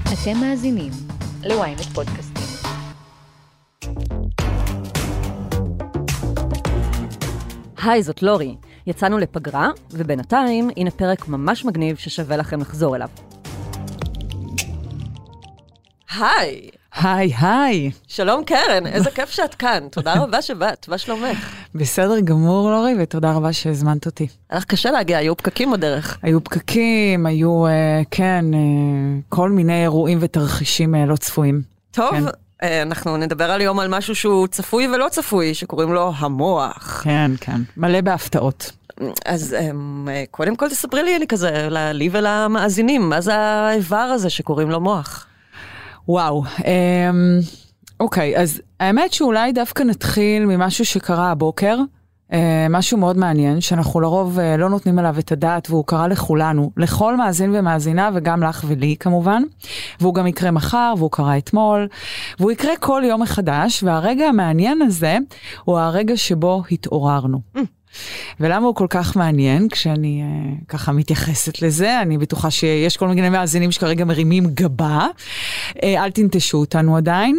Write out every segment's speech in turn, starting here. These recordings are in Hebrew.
אתם מאזינים ל-ynet פודקאסטים. היי, זאת לורי. יצאנו לפגרה, ובינתיים הנה פרק ממש מגניב ששווה לכם לחזור אליו. היי! היי, היי. שלום קרן, איזה כיף שאת כאן. תודה רבה שבאת, מה שלומך? בסדר גמור, לורי, ותודה רבה שהזמנת אותי. הלך קשה להגיע, היו פקקים בדרך. היו פקקים, היו, כל מיני אירועים ותרחישים לא צפויים. טוב, אנחנו נדבר היום על משהו שהוא צפוי ולא צפוי, שקוראים לו המוח. כן, כן, מלא בהפתעות. אז קודם כל תספרי לי, כזה, לי ולמאזינים, מה זה האיבר הזה שקוראים לו מוח? וואו, אוקיי, אז האמת שאולי דווקא נתחיל ממשהו שקרה הבוקר, משהו מאוד מעניין, שאנחנו לרוב לא נותנים עליו את הדעת, והוא קרה לכולנו, לכל מאזין ומאזינה, וגם לך ולי כמובן, והוא גם יקרה מחר, והוא קרה אתמול, והוא יקרה כל יום מחדש, והרגע המעניין הזה, הוא הרגע שבו התעוררנו. ולמה הוא כל כך מעניין? כשאני ככה מתייחסת לזה, אני בטוחה שיש כל מיני מאזינים שכרגע מרימים גבה, אל תנטשו אותנו עדיין.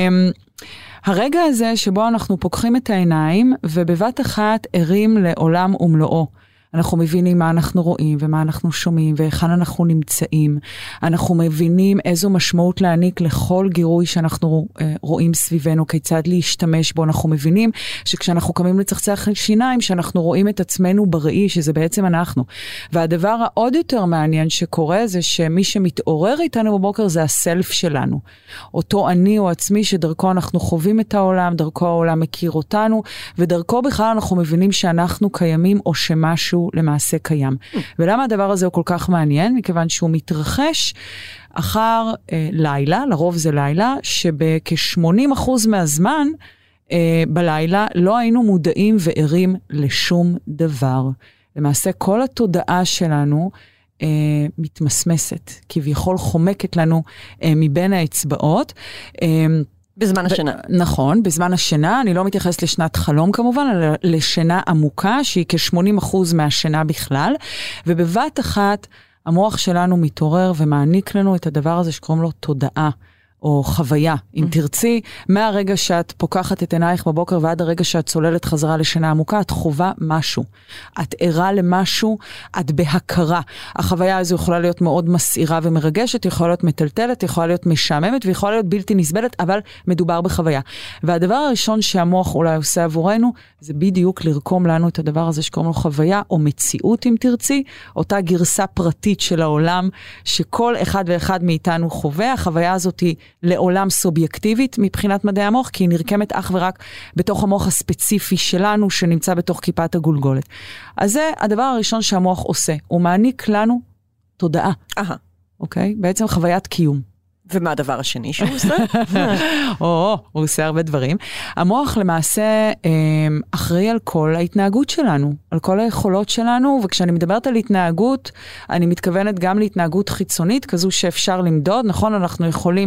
הרגע הזה שבו אנחנו פוקחים את העיניים, ובבת אחת ערים לעולם ומלואו. אנחנו מבינים מה אנחנו רואים ומה אנחנו שומעים והיכן אנחנו נמצאים. אנחנו מבינים איזו משמעות להעניק לכל גירוי שאנחנו רואים סביבנו, כיצד להשתמש בו. אנחנו מבינים שכשאנחנו קמים לצחצח שיניים, שאנחנו רואים את עצמנו בראי, שזה בעצם אנחנו. והדבר העוד יותר מעניין שקורה זה שמי שמתעורר איתנו בבוקר זה הסלף שלנו. אותו אני או עצמי שדרכו אנחנו חווים את העולם, דרכו העולם מכיר אותנו, ודרכו בכלל אנחנו מבינים שאנחנו קיימים או שמשהו למעשה קיים. ולמה הדבר הזה הוא כל כך מעניין? מכיוון שהוא מתרחש אחר לילה, לרוב זה לילה, שבכ-80% מהזמן בלילה לא היינו מודעים וערים לשום דבר. למעשה כל התודעה שלנו מתמסמסת, כביכול חומקת לנו מבין האצבעות, בזמן השינה. נכון, בזמן השינה, אני לא מתייחס לשנת חלום כמובן, אלא לשינה עמוקה, שהיא כ-80% מהשינה בכלל, ובבת אחת המוח שלנו מתעורר ומעניק לנו את הדבר הזה שקוראים לו תודעה, או חוויה, אם תרצי, מהרגע שאת פוקחת את עינייך בבוקר ועד הרגע שאת צוללת חזרה לשינה עמוקה, את חובה משהו. את ערה למשהו, את בהכרה. החוויה הזו יכולה להיות מאוד מסעירה ומרגשת, יכולה להיות מטלטלת, יכולה להיות משעממת, ויכולה להיות בלתי נסבלת, אבל מדובר בחוויה. והדבר הראשון שהמוח אולי עושה עבורנו, זה בדיוק לרקום לנו את הדבר הזה שקוראים לו חוויה, או מציאות אם תרצי, אותה גרסה פרטית של העולם, שכל אחד ואחד מאיתנו חווה. החוויה הזאת היא לעולם סובייקטיבית מבחינת מדעי המוח, כי היא נרקמת אך ורק בתוך המוח הספציפי שלנו, שנמצא בתוך כיפת הגולגולת. אז זה הדבר הראשון שהמוח עושה. הוא מעניק לנו תודעה. אוקיי? בעצם חוויית קיום. ומה הדבר השני שהוא עושה? הוא עושה הרבה דברים. המוח למעשה אחראי על כל ההתנהגות שלנו, על כל היכולות שלנו, וכשאני מדברת על התנהגות, אני מתכוונת גם להתנהגות חיצונית, כזו שאפשר למדוד, נכון? אנחנו יכולים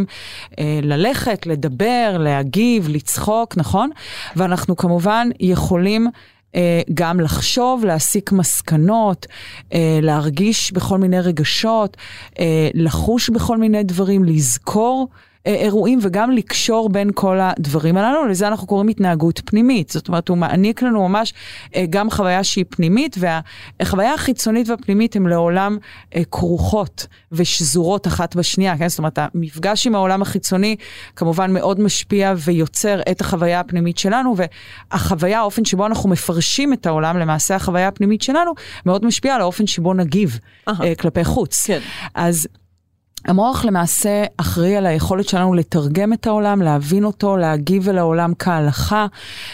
ללכת, לדבר, להגיב, לצחוק, נכון? ואנחנו כמובן יכולים גם לחשוב, להסיק מסקנות, להרגיש בכל מיני רגשות, לחוש בכל מיני דברים, לזכור אירועים וגם לקשור בין כל הדברים הללו. לזה אנחנו קוראים התנהגות פנימית. זאת אומרת, הוא מעניק לנו ממש גם חוויה שהיא פנימית, והחוויה החיצונית והפנימית הן לעולם כרוכות ושזורות אחת בשנייה. כן? זאת אומרת, המפגש עם העולם החיצוני כמובן מאוד משפיע ויוצר את החוויה הפנימית שלנו, והחוויה, האופן שבו אנחנו מפרשים את העולם, למעשה החוויה הפנימית שלנו, מאוד משפיע על האופן שבו נגיב כלפי חוץ. כן. אז המוח למעשה אחראי על היכולת שלנו לתרגם את העולם, להבין אותו, להגיב אל העולם כהלכה,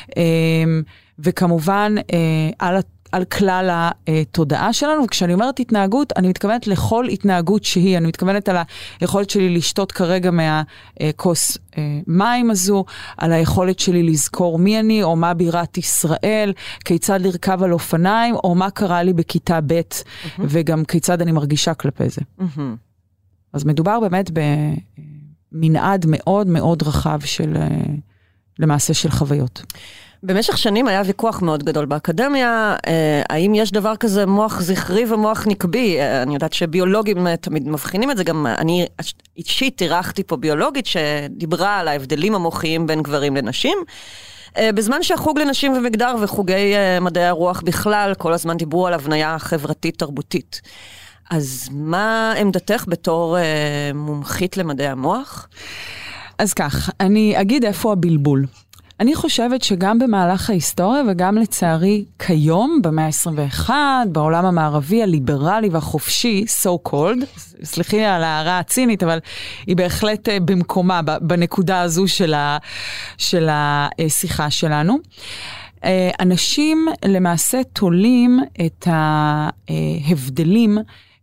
וכמובן על כלל התודעה שלנו. וכשאני אומרת התנהגות, אני מתכוונת לכל התנהגות שהיא, אני מתכוונת על היכולת שלי לשתות כרגע מהכוס מים הזו, על היכולת שלי לזכור מי אני, או מה בירת ישראל, כיצד לרכב על אופניים, או מה קרה לי בכיתה ב' וגם כיצד אני מרגישה כלפי זה. אז מדובר באמת במנעד מאוד מאוד רחב של, למעשה של חוויות. במשך שנים היה ויכוח מאוד גדול באקדמיה, האם יש דבר כזה מוח זכרי ומוח נקבי, אני יודעת שביולוגים תמיד מבחינים את זה, גם אני אישית אירחתי פה ביולוגית שדיברה על ההבדלים המוחיים בין גברים לנשים, בזמן שהחוג לנשים ומגדר וחוגי מדעי הרוח בכלל, כל הזמן דיברו על הבניה חברתית תרבותית. אז מה עמדתך בתור מומחית למדעי המוח? אז כך, אני אגיד איפה הבלבול. אני חושבת שגם במהלך ההיסטוריה וגם לצערי כיום, במאה ה-21, בעולם המערבי הליברלי והחופשי, so called, סליחי לי על ההערה הצינית, אבל היא בהחלט במקומה, בנקודה הזו של השיחה שלנו. אנשים למעשה תולים את ההבדלים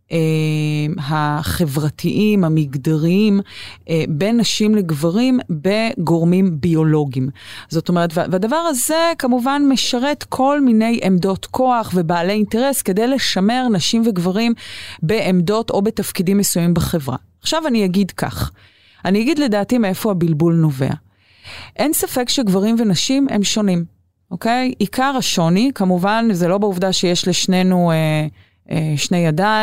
החברתיים, המגדריים, בין נשים לגברים בגורמים ביולוגיים. זאת אומרת, והדבר הזה כמובן משרת כל מיני עמדות כוח ובעלי אינטרס כדי לשמר נשים וגברים בעמדות או בתפקידים מסוימים בחברה. עכשיו אני אגיד כך, אני אגיד לדעתי מאיפה הבלבול נובע. אין ספק שגברים ונשים הם שונים, אוקיי? עיקר השוני, כמובן, זה לא בעובדה שיש לשנינו שתי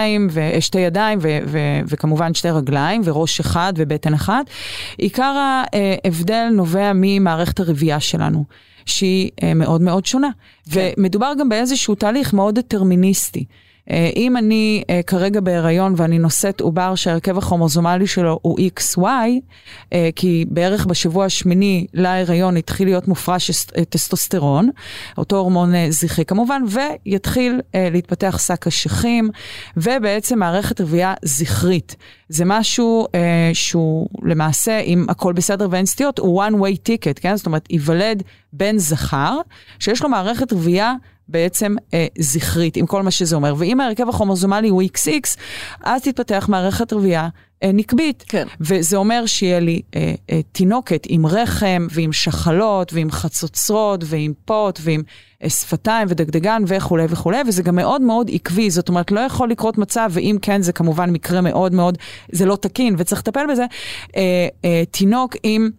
ידיים וכמובן שתי רגליים וראש אחד ובטן אחד. עיקר ההבדל נובע ממערכת הרבייה שלנו, שהיא מאוד מאוד שונה. ומדובר גם באיזשהו תהליך מאוד דטרמיניסטי. אם אני כרגע בהיריון ואני נושאת עובר שהרכב הכרומוזומלי שלו הוא XY, כי בערך בשבוע השמיני להיריון התחיל להיות מופרש טסטוסטרון, אותו הורמון זכרי כמובן, ויתחיל להתפתח שק אשכים, ובעצם מערכת רבייה זכרית. זה משהו שהוא למעשה, אם הכל בסדר ואין סטיות, הוא one way ticket, כן? זאת אומרת, ייוולד בן זכר, שיש לו מערכת רבייה בעצם זכרית, עם כל מה שזה אומר. ואם ההרכב הכרומוזומלי הוא XX, אז תתפתח מערכת רבייה נקבית. כן. וזה אומר שיהיה לי תינוקת עם רחם, ועם שחלות, ועם חצוצרות, ועם פות, ועם שפתיים ודגדגן וכו' וכו', וזה גם מאוד מאוד עקבי, זאת אומרת, לא יכול לקרות מצב, ואם כן, זה כמובן מקרה מאוד מאוד, זה לא תקין, וצריך לטפל בזה, תינוק עם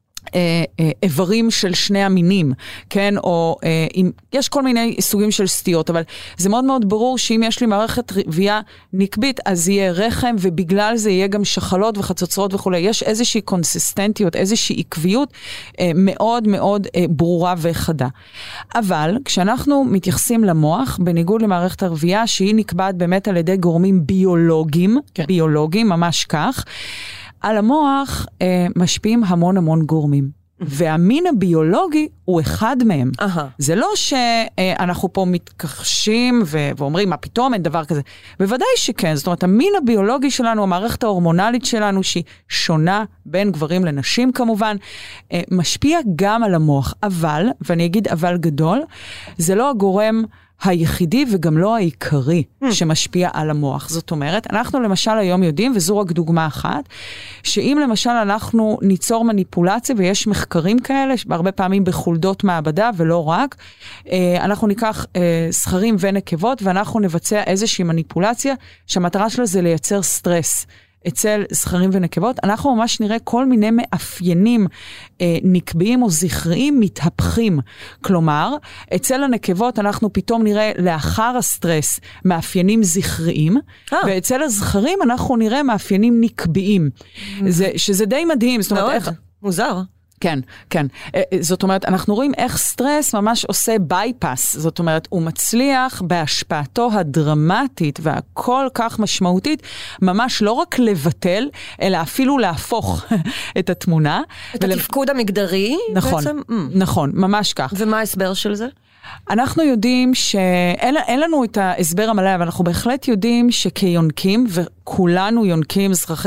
איברים של שני המינים, כן? או יש כל מיני סוגים של סטיות, אבל זה מאוד מאוד ברור שאם יש לי מערכת רבייה נקבית, אז יהיה רחם, ובגלל זה יהיה גם שחלות וחצוצרות וכו'. יש איזושהי קונסיסטנטיות, איזושהי עקביות מאוד מאוד ברורה וחדה. אבל כשאנחנו מתייחסים למוח, בניגוד למערכת הרבייה, שהיא נקבעת באמת על ידי גורמים ביולוגיים, כן. ביולוגיים, ממש כך, על המוח משפיעים המון המון גורמים. והמין הביולוגי הוא אחד מהם. זה לא שאנחנו פה מתכחשים ואומרים, מה פתאום, אין דבר כזה. בוודאי שכן, זאת אומרת, המין הביולוגי שלנו, המערכת ההורמונלית שלנו, שהיא שונה בין גברים לנשים כמובן, משפיע גם על המוח. אבל, ואני אגיד אבל גדול, זה לא הגורם היחידי וגם לא העיקרי שמשפיע על המוח. זאת אומרת, אנחנו למשל היום יודעים, וזו רק דוגמה אחת, שאם למשל אנחנו ניצור מניפולציה, ויש מחקרים כאלה, הרבה פעמים בחולדות מעבדה ולא רק, אנחנו ניקח זכרים ונקבות, ואנחנו נבצע איזושהי מניפולציה, שהמטרה שלה זה לייצר סטרס. אצל זכרים ונקבות, אנחנו ממש נראה כל מיני מאפיינים נקביים או זכריים מתהפכים. כלומר, אצל הנקבות אנחנו פתאום נראה לאחר הסטרס מאפיינים זכריים, ואצל הזכרים אנחנו נראה מאפיינים נקביים. שזה די מדהים. זאת אומרת, איך מוזר. כן, כן. זאת אומרת, אנחנו רואים איך סטרס ממש עושה בייפס. זאת אומרת, הוא מצליח בהשפעתו הדרמטית והכל כך משמעותית, ממש לא רק לבטל, אלא אפילו להפוך את התמונה. את התפקוד המגדרי נכון, בעצם? נכון, ממש כך. ומה ההסבר של זה? אנחנו יודעים שאין לנו את ההסבר המלא, אבל אנחנו בהחלט יודעים שכיונקים, וכולנו יונקים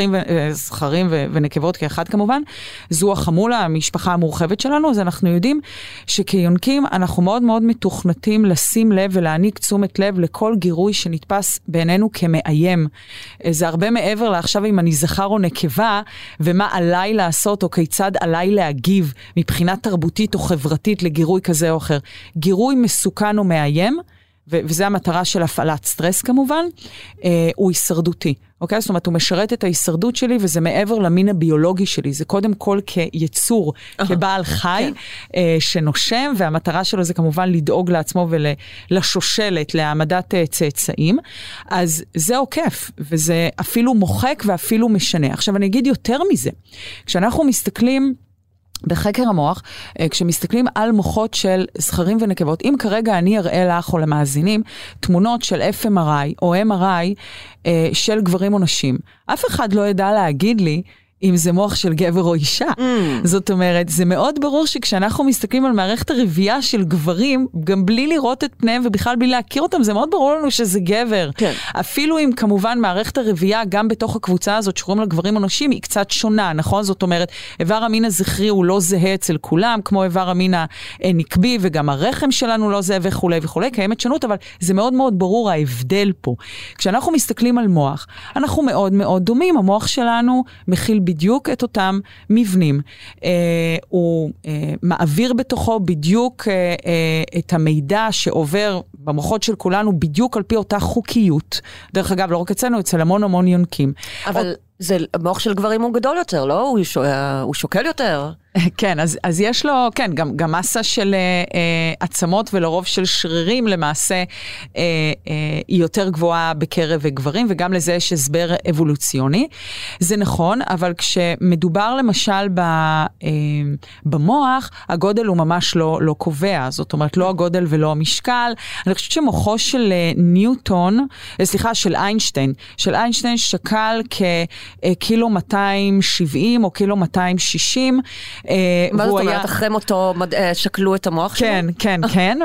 זכרים ונקבות כאחד כמובן, זו החמולה, המשפחה המורחבת שלנו, אז אנחנו יודעים שכיונקים אנחנו מאוד מאוד מתוכנתים לשים לב ולהעניק תשומת לב לכל גירוי שנתפס בעינינו כמאיים. זה הרבה מעבר לעכשיו אם אני זכר או נקבה, ומה עליי לעשות או כיצד עליי להגיב מבחינה תרבותית או חברתית לגירוי כזה או אחר. גירוי מסוכן או מאיים, וזה המטרה של הפעלת סטרס כמובן, הוא הישרדותי. אוקיי? זאת אומרת, הוא משרת את ההישרדות שלי, וזה מעבר למין הביולוגי שלי. זה קודם כל כיצור, כבעל חי, שנושם, והמטרה שלו זה כמובן לדאוג לעצמו ולשושלת, להעמדת צאצאים. אז זה עוקף, וזה אפילו מוחק ואפילו משנה. עכשיו, אני אגיד יותר מזה. כשאנחנו מסתכלים בחקר המוח, כשמסתכלים על מוחות של זכרים ונקבות, אם כרגע אני אראה לך או למאזינים תמונות של FMRI או MRI של גברים או נשים, אף אחד לא ידע להגיד לי אם זה מוח של גבר או אישה. זאת אומרת, זה מאוד ברור שכשאנחנו מסתכלים על מערכת הרבייה של גברים, גם בלי לראות את פניהם ובכלל בלי להכיר אותם, זה מאוד ברור לנו שזה גבר. כן. אפילו אם כמובן מערכת הרבייה, גם בתוך הקבוצה הזאת שקוראים לה גברים או נשים, היא קצת שונה, נכון? זאת אומרת, איבר המין הזכרי הוא לא זהה אצל כולם, כמו איבר המין הנקבי, וגם הרחם שלנו לא זהה וכו' וכו', קיימת שונות, אבל זה מאוד מאוד ברור ההבדל פה. כשאנחנו מסתכלים על מוח, אנחנו מאוד מאוד דומים. המוח שלנו מכיל בדיוק את אותם מבנים. הוא מעביר בתוכו בדיוק את המידע שעובר במוחות של כולנו בדיוק על פי אותה חוקיות. דרך אגב, לא רק אצלנו, אצל המון המון יונקים. אבל המוח של גברים הוא גדול יותר, לא? הוא שוקל יותר. כן, אז יש לו, כן, גם מסה של עצמות ולרוב של שרירים למעשה היא יותר גבוהה בקרב גברים, וגם לזה יש הסבר אבולוציוני. זה נכון, אבל כשמדובר למשל במוח, הגודל הוא ממש לא קובע, זאת אומרת לא הגודל ולא המשקל. אני חושבת שמוחו של של איינשטיין שקל כקילו 270 או קילו 260, מה זאת אומרת, אחרי מותו שקלו את המוח שלו? כן,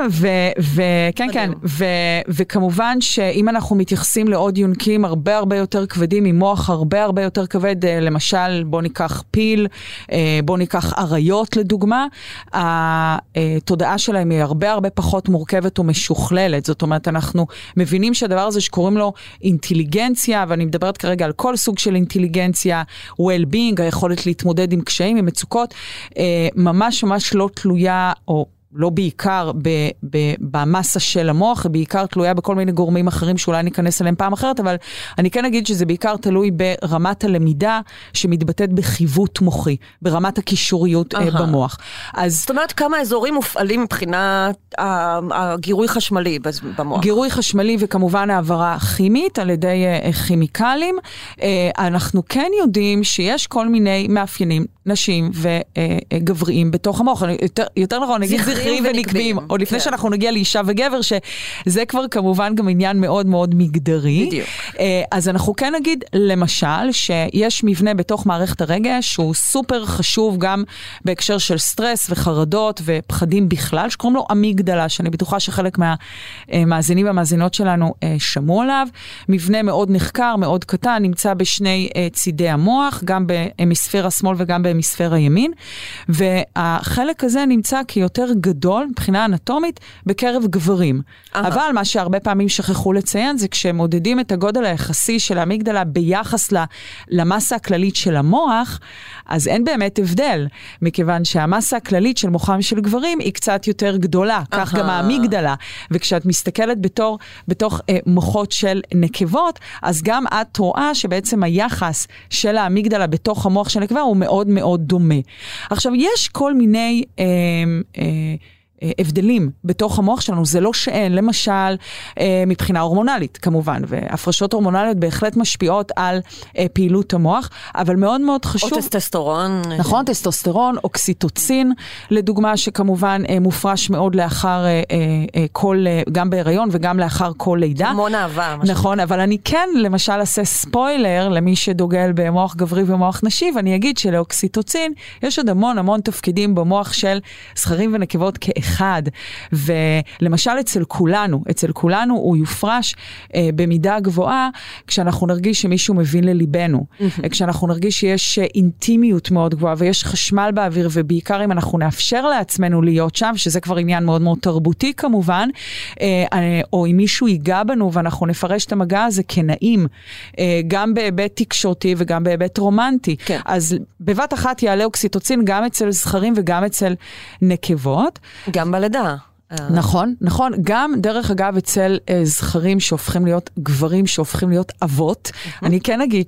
וכמובן שאם אנחנו מתייחסים לעוד יונקים הרבה הרבה יותר כבדים, עם מוח הרבה הרבה יותר כבד, למשל בוא ניקח פיל, בוא ניקח אריות לדוגמה, התודעה שלהם היא הרבה הרבה פחות מורכבת ומשוכללת, זאת אומרת אנחנו מבינים שהדבר הזה שקוראים לו אינטליגנציה, ואני מדברת כרגע על כל סוג של אינטליגנציה, well-being, היכולת להתמודד עם קשיים, עם מצוקות, ממש ממש לא תלויה, או לא בעיקר במסה של המוח, בעיקר תלויה בכל מיני גורמים אחרים שאולי ניכנס אליהם פעם אחרת, אבל אני כן אגיד שזה בעיקר תלוי ברמת הלמידה שמתבטאת בחיווט מוחי, ברמת הקישוריות במוח. זאת אומרת, כמה אזורים מופעלים מבחינת הגירוי חשמלי במוח? גירוי חשמלי וכמובן העברה כימית על ידי כימיקלים. אנחנו כן יודעים שיש כל מיני מאפיינים, נשים וגבריים בתוך המוח. יותר נכון, נגיד זכרים ונקבים, או לפני שאנחנו נגיע לאישה וגבר, שזה כבר כמובן גם עניין מאוד מאוד מגדרי. בדיוק. אז אנחנו כן נגיד, למשל, שיש מבנה בתוך מערכת הרגש, שהוא סופר חשוב גם בהקשר של סטרס וחרדות ופחדים בכלל, שקוראים לו אמיגדלה, שאני בטוחה שחלק מהמאזינים והמאזינות שלנו שמעו עליו. מבנה מאוד נחקר, מאוד קטן, נמצא בשני צידי המוח, גם בהמיספיר השמאל וגם בהמיספיר הימין, והחלק הזה נמצא כיותר גדול, מבחינה אנטומית, בקרב גברים. אבל מה שהרבה פעמים שכחו לציין, זה כשמודדים את הגודל היחסי של האמיגדלה ביחס למסה הכללית של המוח, אז אין באמת הבדל, מכיוון שהמסה הכללית של מוחם של גברים היא קצת יותר גדולה, כך גם האמיגדלה. וכשאת מסתכלת בתוך מוחות של נקבות, אז גם את רואה שבעצם היחס של האמיגדלה בתוך המוח של נקבה הוא מאוד מאוד דומה. עכשיו, יש כל מיני הבדלים בתוך המוח שלנו, זה לא שאין, למשל, מבחינה הורמונלית, כמובן, והפרשות הורמונליות בהחלט משפיעות על פעילות המוח, אבל מאוד מאוד חשוב... או טסטוסטרון. נכון, טסטוסטרון, אוקסיטוצין, לדוגמה, שכמובן מופרש מאוד לאחר גם בהיריון וגם לאחר כל לידה. המון אהבה. נכון, אבל אני כן, למשל, אעשה ספוילר למי שדוגל במוח גברי ומוח נשי, ואני אגיד שלאוקסיטוצין יש עוד המון המון תפקידים במוח של זכרים ונקבות אחד, ולמשל אצל כולנו הוא יופרש במידה גבוהה, כשאנחנו נרגיש שמישהו מבין לליבנו, כשאנחנו נרגיש שיש אינטימיות מאוד גבוהה, ויש חשמל באוויר, ובעיקר אם אנחנו נאפשר לעצמנו להיות שם, שזה כבר עניין מאוד מאוד תרבותי כמובן, או אם מישהו ייגע בנו, ואנחנו נפרש את המגע הזה כנעים, גם בהיבט תקשורתי וגם בהיבט רומנטי. כן. אז בבת אחת יעלה אוקסיטוצין גם אצל זכרים וגם אצל נקבות. גם בלידה. נכון, נכון. גם דרך אגב אצל זכרים שהופכים להיות גברים, שהופכים להיות אבות. אני כן אגיד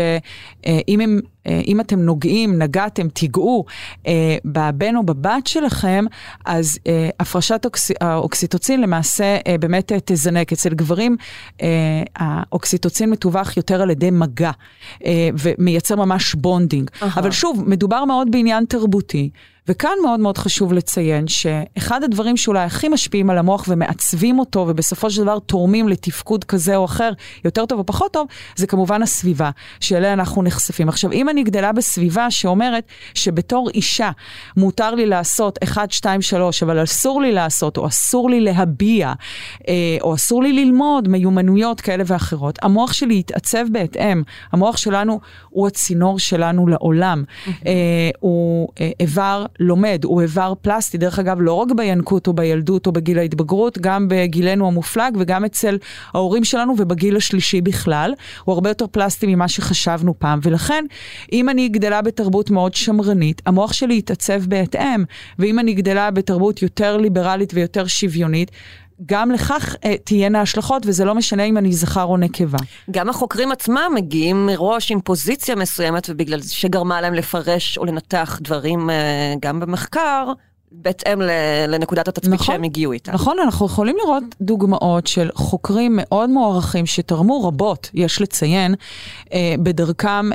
אם אתם נגעתם, תיגעו בבן או בבת שלכם, אז הפרשת האוקסיטוצין למעשה באמת תזנק. אצל גברים האוקסיטוצין מתווך יותר על ידי מגע, ומייצר ממש בונדינג. אבל שוב, מדובר מאוד בעניין תרבותי, וכאן מאוד מאוד חשוב לציין שאחד הדברים שאולי הכי משפיעים על המוח ומעצבים אותו, ובסופו של דבר תורמים לתפקוד כזה או אחר, יותר טוב או פחות טוב, זה כמובן הסביבה, שאליה אנחנו נחשפים. עכשיו, אם אני גדלה בסביבה שאומרת שבתור אישה מותר לי לעשות 1, 2, 3, אבל אסור לי לעשות, או אסור לי להביע, או אסור לי ללמוד מיומנויות כאלה ואחרות, המוח שלי יתעצב בהתאם. המוח שלנו הוא הצינור שלנו לעולם. הוא איבר לומד, הוא איבר פלסטי, דרך אגב, לא רק בינקות או בילדות או בגיל ההתבגרות, גם בגילנו המופלג וגם אצל ההורים שלנו ובגיל השלישי בכלל, הוא הרבה יותר פלסטי ממה שחשבנו פעם, ולכן, אם אני גדלה בתרבות מאוד שמרנית, המוח שלי יתעצב בהתאם, ואם אני גדלה בתרבות יותר ליברלית ויותר שוויונית, גם לכך תהיינה השלכות, וזה לא משנה אם אני זכר או נקבה. גם החוקרים עצמם מגיעים מראש עם פוזיציה מסוימת, ובגלל שגרמה להם לפרש או לנתח דברים גם במחקר, בהתאם לנקודת התצפית שהם הגיעו איתה. נכון, אנחנו יכולים לראות דוגמאות של חוקרים מאוד מוערכים שתרמו רבות, יש לציין, בדרכם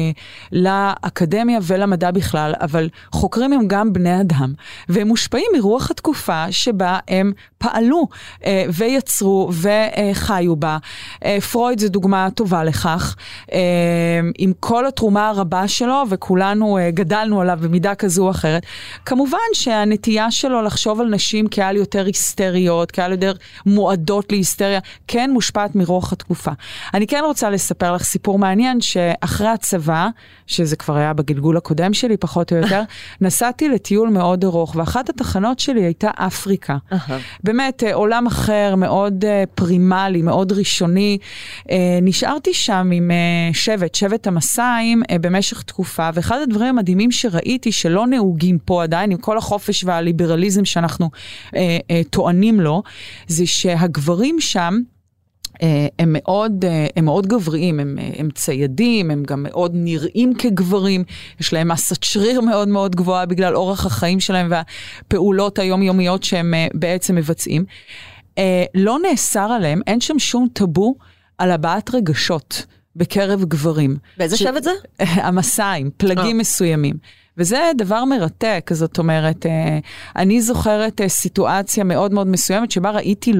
לאקדמיה ולמדע בכלל, אבל חוקרים הם גם בני אדם, והם מושפעים מרוח התקופה שבה הם פעלו ויצרו וחיו בה. פרויד זו דוגמה טובה לכך, עם כל התרומה הרבה שלו, וכולנו גדלנו עליו במידה כזו או אחרת. כמובן הנטייה שלו לחשוב על נשים כעל יותר היסטריות, כעל יותר מועדות להיסטריה, כן מושפעת מרוח התקופה. אני כן רוצה לספר לך סיפור מעניין, שאחרי הצבא, שזה כבר היה בגלגול הקודם שלי, פחות או יותר, נסעתי לטיול מאוד ארוך, ואחת התחנות שלי הייתה אפריקה. באמת, עולם אחר, מאוד פרימלי, מאוד ראשוני. נשארתי שם עם שבט המסעים, במשך תקופה, ואחד הדברים המדהימים שראיתי, שלא נהוגים פה עדיין, עם כל החופש והליברליזם שאנחנו טוענים לו, זה שהגברים שם, הם מאוד גבריים, הם ציידים, הם גם מאוד נראים כגברים, יש להם מסת שריר מאוד מאוד גבוהה בגלל אורח החיים שלהם והפעולות היומיומיות שהם בעצם מבצעים. לא נאסר עליהם, אין שם שום טאבו על הבעת רגשות בקרב גברים. באיזה שבט זה? המסעים, פלגים מסוימים. וזה דבר מרתק, זאת אומרת, אני זוכרת סיטואציה מאוד מאוד מסוימת, שבה ראיתי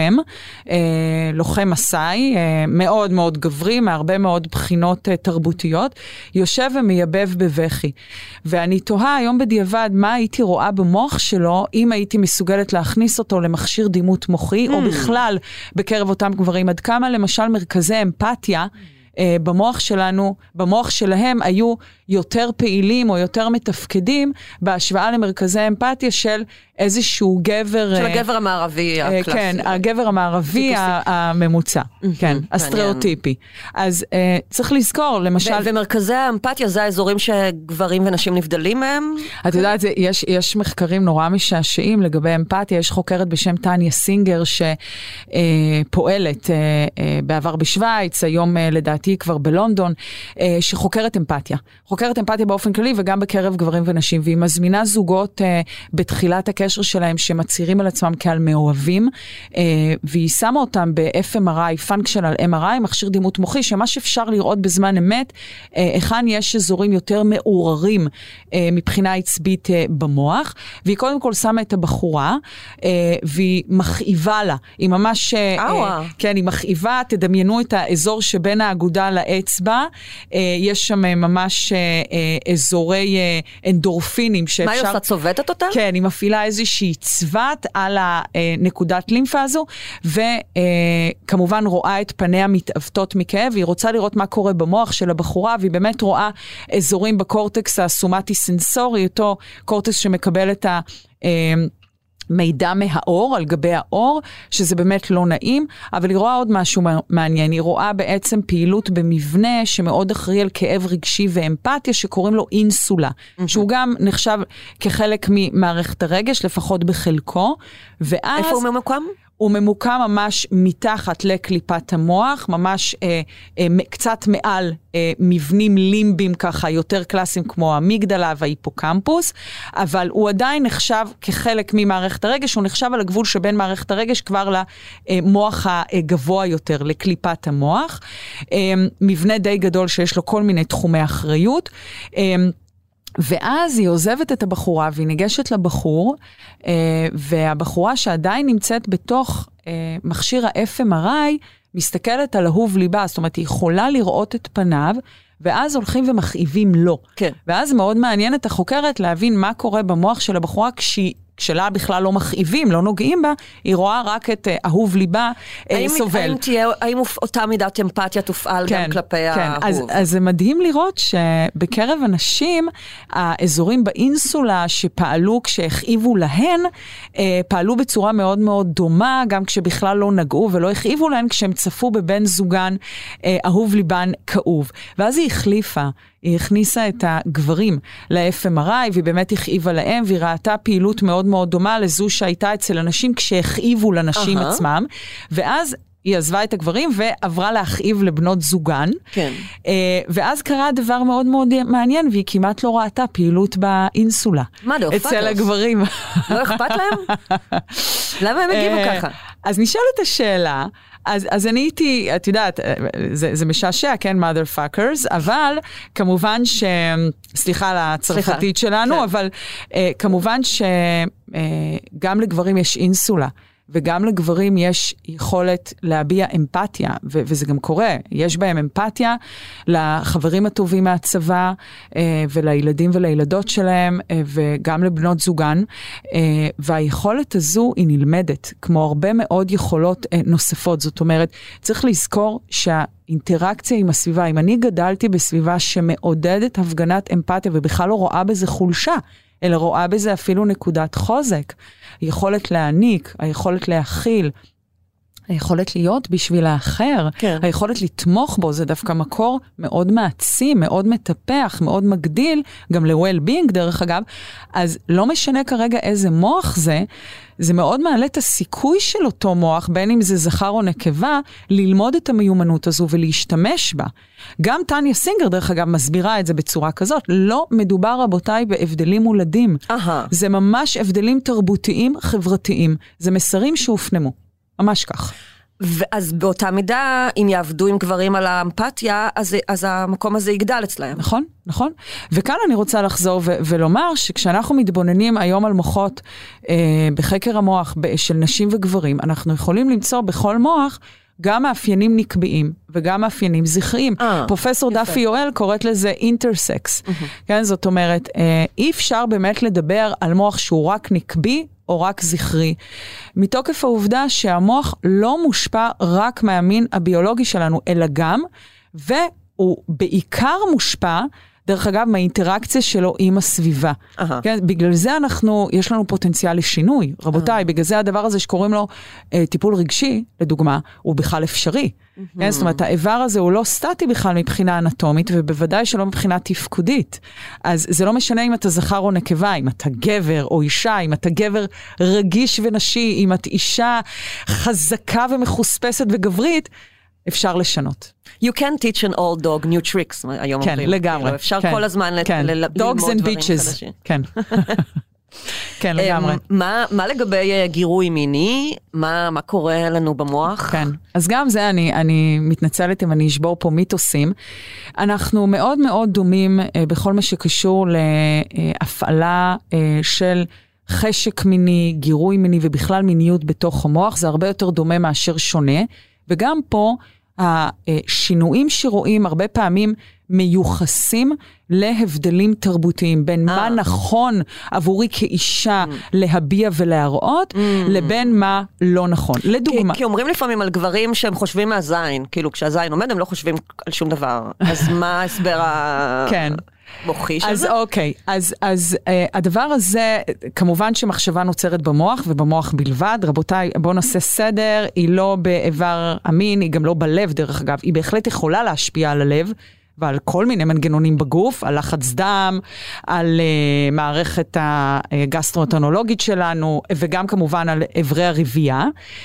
לוחם מסאי, מאוד מאוד גברי, מהרבה מאוד בחינות תרבותיות, יושב ומייבב בבכי. ואני תוהה היום בדיעבד, מה הייתי רואה במוח שלו, אם הייתי מסוגלת להכניס אותו למכשיר דימות מוחי, או בכלל בקרב אותם גברים, עד כמה למשל מרכזי אמפתיה, במוח שלנו, במוח שלהם היו יותר פעילים או יותר מתפקדים בהשוואה למרכזי אמפתיה של איזשהו גבר... של הגבר המערבי הקלאסי. כן, הגבר המערבי הממוצע, כן, הסטריאוטיפי. אז צריך לזכור, למשל... ומרכזי האמפתיה זה האזורים שגברים ונשים נבדלים מהם? את יודעת, יש מחקרים נורא משעשעים לגבי אמפתיה, יש חוקרת בשם טניה סינגר שפועלת בעבר בשוויץ, היום לדעתי כבר בלונדון, שחוקרת אמפתיה. חוקרת אמפתיה באופן כללי וגם בקרב גברים ונשים, והיא מזמינה זוגות בתחילת הקשר שלהם שמצהירים על עצמם כעל מאוהבים, והיא שמה אותם ב-FMRI, Functional MRI, מכשיר דימות מוחי, שמה שאפשר לראות בזמן אמת, היכן יש אזורים יותר מעוררים מבחינה עצבית במוח, והיא קודם כל שמה את הבחורה, והיא מכאיבה לה, היא ממש, כן, היא מכאיבה, תדמיינו את האזור שבין האגודה לאצבע, יש שם ממש אזורי אנדורפינים שאפשר... מה היא עושה? צובטת אותה? כן, היא מפעילה איזושהי צוות על הנקודת לימפה הזו, וכמובן רואה את פניה מתעוותות מכאב, והיא רוצה לראות מה קורה במוח של הבחורה, והיא באמת רואה אזורים בקורטקס הסומטי סנסורי, אותו קורטקס שמקבל את מידע מהאור, על גבי האור, שזה באמת לא נעים, אבל היא רואה עוד משהו מעניין, היא רואה בעצם פעילות במבנה שמאוד אחראי על כאב רגשי ואמפתיה, שקוראים לו אינסולה, שהוא גם נחשב כחלק ממערכת הרגש, לפחות בחלקו, ואז... איפה הוא ממוקם? הוא ממוקם ממש מתחת לקליפת המוח, ממש קצת מעל מבנים לימביים ככה, יותר קלאסיים כמו המגדלה וההיפוקמפוס, אבל הוא עדיין נחשב כחלק ממערכת הרגש, הוא נחשב על הגבול שבין מערכת הרגש כבר למוח הגבוה יותר, לקליפת המוח. מבנה די גדול שיש לו כל מיני תחומי אחריות, ואז היא עוזבת את הבחורה והיא ניגשת לבחור, והבחורה שעדיין נמצאת בתוך מכשיר ה-FMRI, מסתכלת על אהוב ליבה, זאת אומרת היא יכולה לראות את פניו, ואז הולכים ומכאיבים לו. כן. ואז מאוד מעניין את החוקרת להבין מה קורה במוח של הבחורה כשלה בכלל לא מכאיבים, לא נוגעים בה, היא רואה רק את אהוב ליבה סובל. האם אותה מידת אמפתיה תופעל גם כלפי האהוב? אז זה מדהים לראות שבקרב אנשים, האזורים באינסולה שפעלו כשהכאיבו להן, פעלו בצורה מאוד מאוד דומה, גם כשבכלל לא נגעו ולא הכאיבו להן, כשהם צפו בבן זוגן אהוב ליבן כאוב. ואז היא החליפה. היא הכניסה את הגברים ל-FMRI, והיא באמת הכאיבה להם, והיא ראתה פעילות מאוד מאוד דומה לזו שהייתה אצל אנשים כשהכאיבו לנשים עצמם, ואז היא עזבה את הגברים ועברה להכאיב לבנות זוגן, כן. ואז קרה דבר מאוד מאוד מעניין, והיא כמעט לא ראתה פעילות באינסולה. מה, אצל הגברים. לא אכפת להם? למה הם הגיבו ככה? אז נשאלת השאלה, אז אני הייתי, את יודעת, זה משעשע, כן, mother fuckers, אבל כמובן סליחה על הצרפתית שלנו, כן. אבל כמובן שגם לגברים יש אינסולה, וגם לגברים יש יכולת להביע אמפתיה, וזה גם קורה, יש בהם אמפתיה לחברים הטובים מהצבא, ולילדים ולילדות שלהם, וגם לבנות זוגן, והיכולת הזו היא נלמדת, כמו הרבה מאוד יכולות נוספות, זאת אומרת, צריך לזכור שהאינטראקציה עם הסביבה, אם אני גדלתי בסביבה שמעודדת הפגנת אמפתיה, ובכלל לא רואה בזה חולשה, אלא רואה בזה אפילו נקודת חוזק, היכולת להעניק, היכולת להכיל, היכולת להיות בשביל האחר, כן. היכולת לתמוך בו, זה דווקא מקור מאוד מעצים, מאוד מטפח, מאוד מגדיל, גם ל-well-being דרך אגב, אז לא משנה כרגע איזה מוח זה מאוד מעלה את הסיכוי של אותו מוח, בין אם זה זכר או נקבה, ללמוד את המיומנות הזו ולהשתמש בה. גם טניה סינגר דרך אגב מסבירה את זה בצורה כזאת, לא מדובר רבותיי בהבדלים מולדים, זה ממש הבדלים תרבותיים, חברתיים, זה מסרים שהופנמו. ממש כך. אז באותה מידה, אם יעבדו עם גברים על האמפתיה, אז המקום הזה יגדל אצלהם. נכון, נכון. וכאן אני רוצה לחזור ולומר שכשאנחנו מתבוננים היום על מוחות בחקר המוח של נשים וגברים, אנחנו יכולים למצוא בכל מוח גם מאפיינים נקביים וגם מאפיינים זכריים. פרופסור דפי יואל קוראת לזה אינטרסקס. כן, זאת אומרת, אי אפשר באמת לדבר על מוח שהוא רק נקבי, או רק זכרי, מתוקף העובדה שהמוח לא מושפע רק מהמין הביולוגי שלנו, אלא גם, והוא בעיקר מושפע, דרך אגב, מהאינטראקציה שלו עם הסביבה. כן? בגלל זה יש לנו פוטנציאל לשינוי. רבותיי, בגלל זה הדבר הזה שקוראים לו טיפול רגשי, לדוגמה, הוא בכלל אפשרי. כן? זאת אומרת, האיבר הזה הוא לא סטטי בכלל מבחינה אנטומית, ובוודאי שלא מבחינה תפקודית. אז זה לא משנה אם אתה זכר או נקבה, אם אתה גבר או אישה, אם אתה גבר רגיש ונשי, אם את אישה חזקה ומחוספסת וגברית, אפשר לשנות. You can teach an old dog new tricks, היום כן, לגמרי. אפשר כל הזמן ללמוד דברים חדשים. כן. כן, לגמרי. מה לגבי גירוי מיני? מה קורה לנו במוח? כן, אז גם זה אני מתנצלת אם אני אשבור פה מיתוסים. אנחנו מאוד מאוד דומים בכל מה שקשור להפעלה של חשק מיני, גירוי מיני ובכלל מיניות בתוך המוח. זה הרבה יותר דומה מאשר שונה. וגם פה השינויים שרואים הרבה פעמים מיוחסים להבדלים תרבותיים, בין מה נכון עבורי כאישה להביע ולהראות, לבין מה לא נכון. לדוגמה. כי אומרים לפעמים על גברים שהם חושבים מהזין, כאילו כשהזין עומד הם לא חושבים על שום דבר, אז מה ההסבר כן. מוחי של אז זה? אוקיי, אז הדבר הזה, כמובן שמחשבה נוצרת במוח ובמוח בלבד. רבותיי, בואו נעשה סדר, היא לא באיבר המין, היא גם לא בלב דרך אגב, היא בהחלט יכולה להשפיע על הלב, ועל כל מיני מנגנונים בגוף, על לחץ דם, על מערכת הגסטרואנטרולוגית שלנו, וגם כמובן על אברי הרבייה.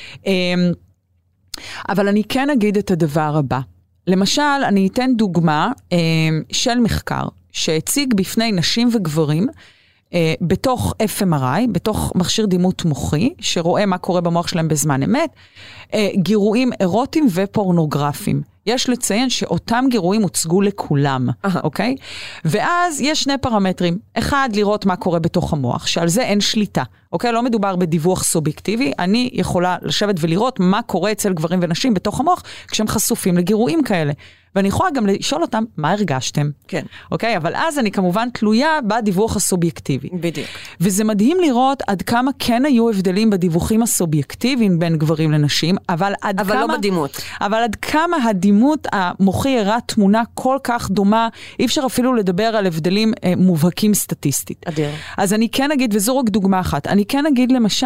אבל אני כן אגיד את הדבר הבא. למשל, אני אתן דוגמה של מחקר שהציג בפני נשים וגברים בתוך FMRI, בתוך מכשיר דימות מוחי, שרואה מה קורה במוח שלהם בזמן אמת, גירויים אירוטיים ופורנוגרפיים. יש לציין שאותם גירויים הוצגו לכולם, אוקיי? ואז יש שני פרמטרים. אחד, לראות מה קורה בתוך המוח, שעל זה אין שליטה, אוקיי? לא מדובר בדיווח סובייקטיבי, אני יכולה לשבת ולראות מה קורה אצל גברים ונשים בתוך המוח, כשהם חשופים לגירויים כאלה. ואני יכולה גם לשאול אותם, מה הרגשתם? כן. אוקיי? אבל אז אני כמובן תלויה בדיווח הסובייקטיבי. בדיוק. וזה מדהים לראות עד כמה כן היו הבדלים בדיווחים הסובייקטיביים בין גברים לנשים, אבל לא בדימות. אבל עד כמה הדימות המוחי הראה תמונה כל כך דומה, אי אפשר אפילו לדבר על הבדלים מובהקים סטטיסטית. אדיר. אז אני כן אגיד, וזו רק דוגמה אחת, אני כן אגיד למשל,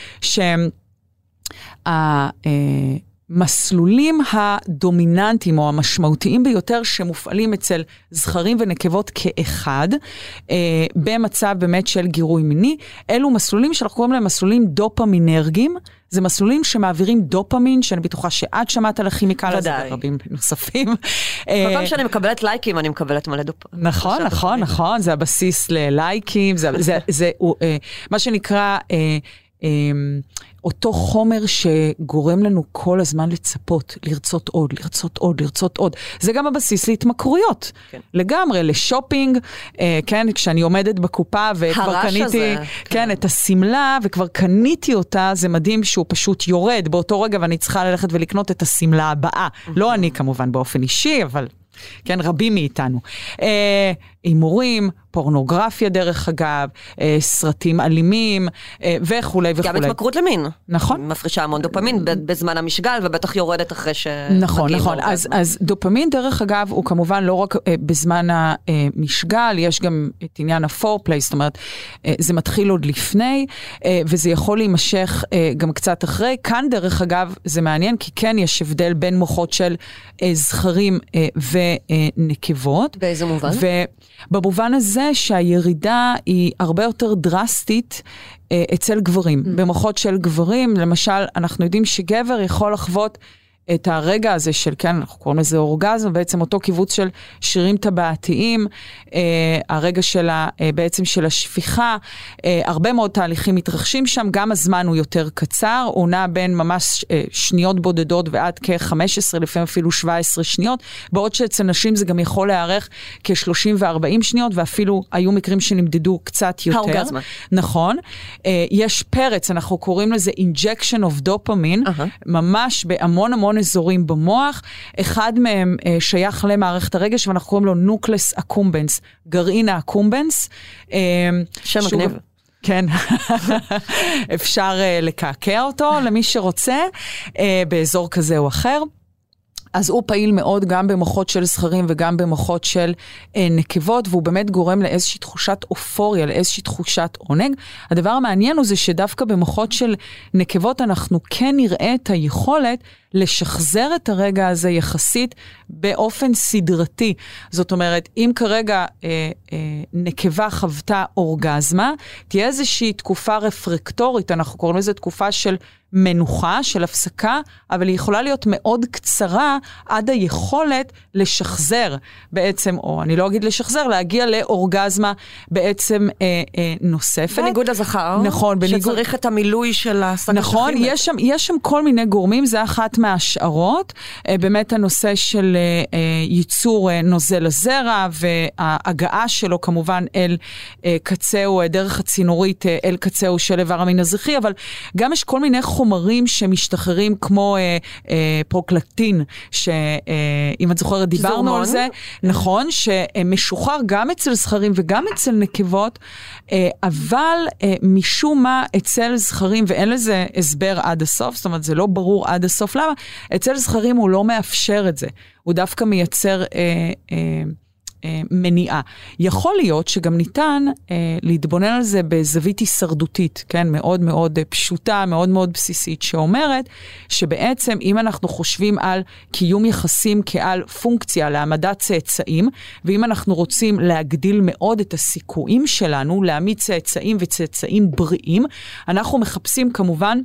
מסלולים הדומיננטיים או המשמעותיים ביותר שמופעלים אצל זכרים ונקבות כאחד, במצב באמת של גירוי מיני, אלו מסלולים שאנחנו קוראים להם מסלולים דופמינרגיים, זה מסלולים שמעבירים דופמין, שאני בטוחה שאת שמעת על הכימיקל הזה, ורבים נוספים. כל פעם שאני מקבלת לייקים, אני מקבלת מלא דופמין. נכון, זה הבסיס ללייקים, זה מה שנקרא אותו חומר שגורם לנו כל הזמן לצפות, לרצות עוד. זה גם הבסיס להתמכרויות. כן. לגמרי, לשופינג, כן, כשאני עומדת בקופה וכבר קניתי, הזה, כן, את הסמלה, וכבר קניתי אותה, זה מדהים שהוא פשוט יורד באותו רגע, ואני צריכה ללכת ולקנות את הסמלה הבאה. לא אני כמובן באופן אישי, אבל כן, רבים מאיתנו. אימורים, פורנוגרפיה דרך אגב, סרטים אלימים, וכו'. גם התמכרות למין. נכון. מפרישה המון דופמין בזמן המשגל, ובטח יורדת אחרי נכון. אז דופמין דרך אגב, הוא כמובן לא רק בזמן המשגל, יש גם את עניין הפורפליי, זאת אומרת, זה מתחיל עוד לפני, וזה יכול להימשך גם קצת אחרי. כאן דרך אגב, זה מעניין, כי כן יש הבדל בין מוחות של זכרים ונקבות. באיזה מובן? ובמובן הזה שהירידה היא הרבה יותר דרסטית אצל גברים. במוחות של גברים, למשל, אנחנו יודעים שגבר יכול לחוות את הרגע הזה של, כן, אנחנו קוראים לזה אורגזם, בעצם אותו קיבוץ של שרירים טבעתיים, הרגע של בעצם של השפיכה, הרבה מאוד תהליכים מתרחשים שם, גם הזמן הוא יותר קצר, הוא נע בין ממש שניות בודדות ועד כ-15, לפעמים אפילו 17 שניות, בעוד שאצל נשים זה גם יכול להיערך כ-30 ו-40 שניות, ואפילו היו מקרים שנמדדו קצת יותר. האורגזמה. נכון. יש פרץ, אנחנו קוראים לזה injection of dopamine, ממש בהמון המון אזורים במוח, אחד מהם שייך למערכת הרגש, ואנחנו קוראים לו נוקלס אקומבנס, גרעין האקומבנס. שם מגניב. כן, אפשר לקעקע אותו למי שרוצה, באזור כזה או אחר. אז הוא פעיל מאוד גם במוחות של זכרים וגם במוחות של נקבות, והוא באמת גורם לאיזושהי תחושת אופוריה, לאיזושהי תחושת עונג. הדבר המעניין הוא זה שדווקא במוחות של נקבות אנחנו כן נראה את היכולת לשחזר את הרגע הזה יחסית באופן סדרתי. זאת אומרת, אם כרגע נקבה חוותה אורגזמה, תהיה איזושהי תקופה רפרקטורית, אנחנו קוראים לזה תקופה של מנוחה, של הפסקה, אבל היא יכולה להיות מאוד קצרה עד היכולת לשחזר בעצם, או אני לא אגיד לשחזר, להגיע לאורגזמה בעצם נוספת. בניגוד לזכר, נכון, שצריך את המילוי של השק נכון, יש שם כל מיני גורמים, זה אחת מההשערות, באמת הנושא של ייצור נוזל הזרע, וההגעה שלו כמובן אל קצהו, דרך הצינורית אל קצהו של איבר המין הזכרי, אבל גם יש כל מיני חומרים שמשתחררים כמו פרוקלקטין, שאם את זוכרת דיברנו על זה, נכון, שמשוחרר גם אצל זכרים וגם אצל נקבות, אבל משום מה אצל זכרים, ואין לזה הסבר עד הסוף, זאת אומרת זה לא ברור עד הסוף למה, אצל זכרים הוא לא מאפשר את זה, הוא דווקא מייצר מניעה. יכול להיות שגם ניתן להתבונן על זה בזווית הישרדותית, כן? מאוד מאוד פשוטה, מאוד מאוד בסיסית, שאומרת שבעצם אם אנחנו חושבים על קיום יחסים כעל פונקציה להעמדת צאצאים, ואם אנחנו רוצים להגדיל מאוד את הסיכויים שלנו, להעמיד צאצאים וצאצאים בריאים, אנחנו מחפשים כמובן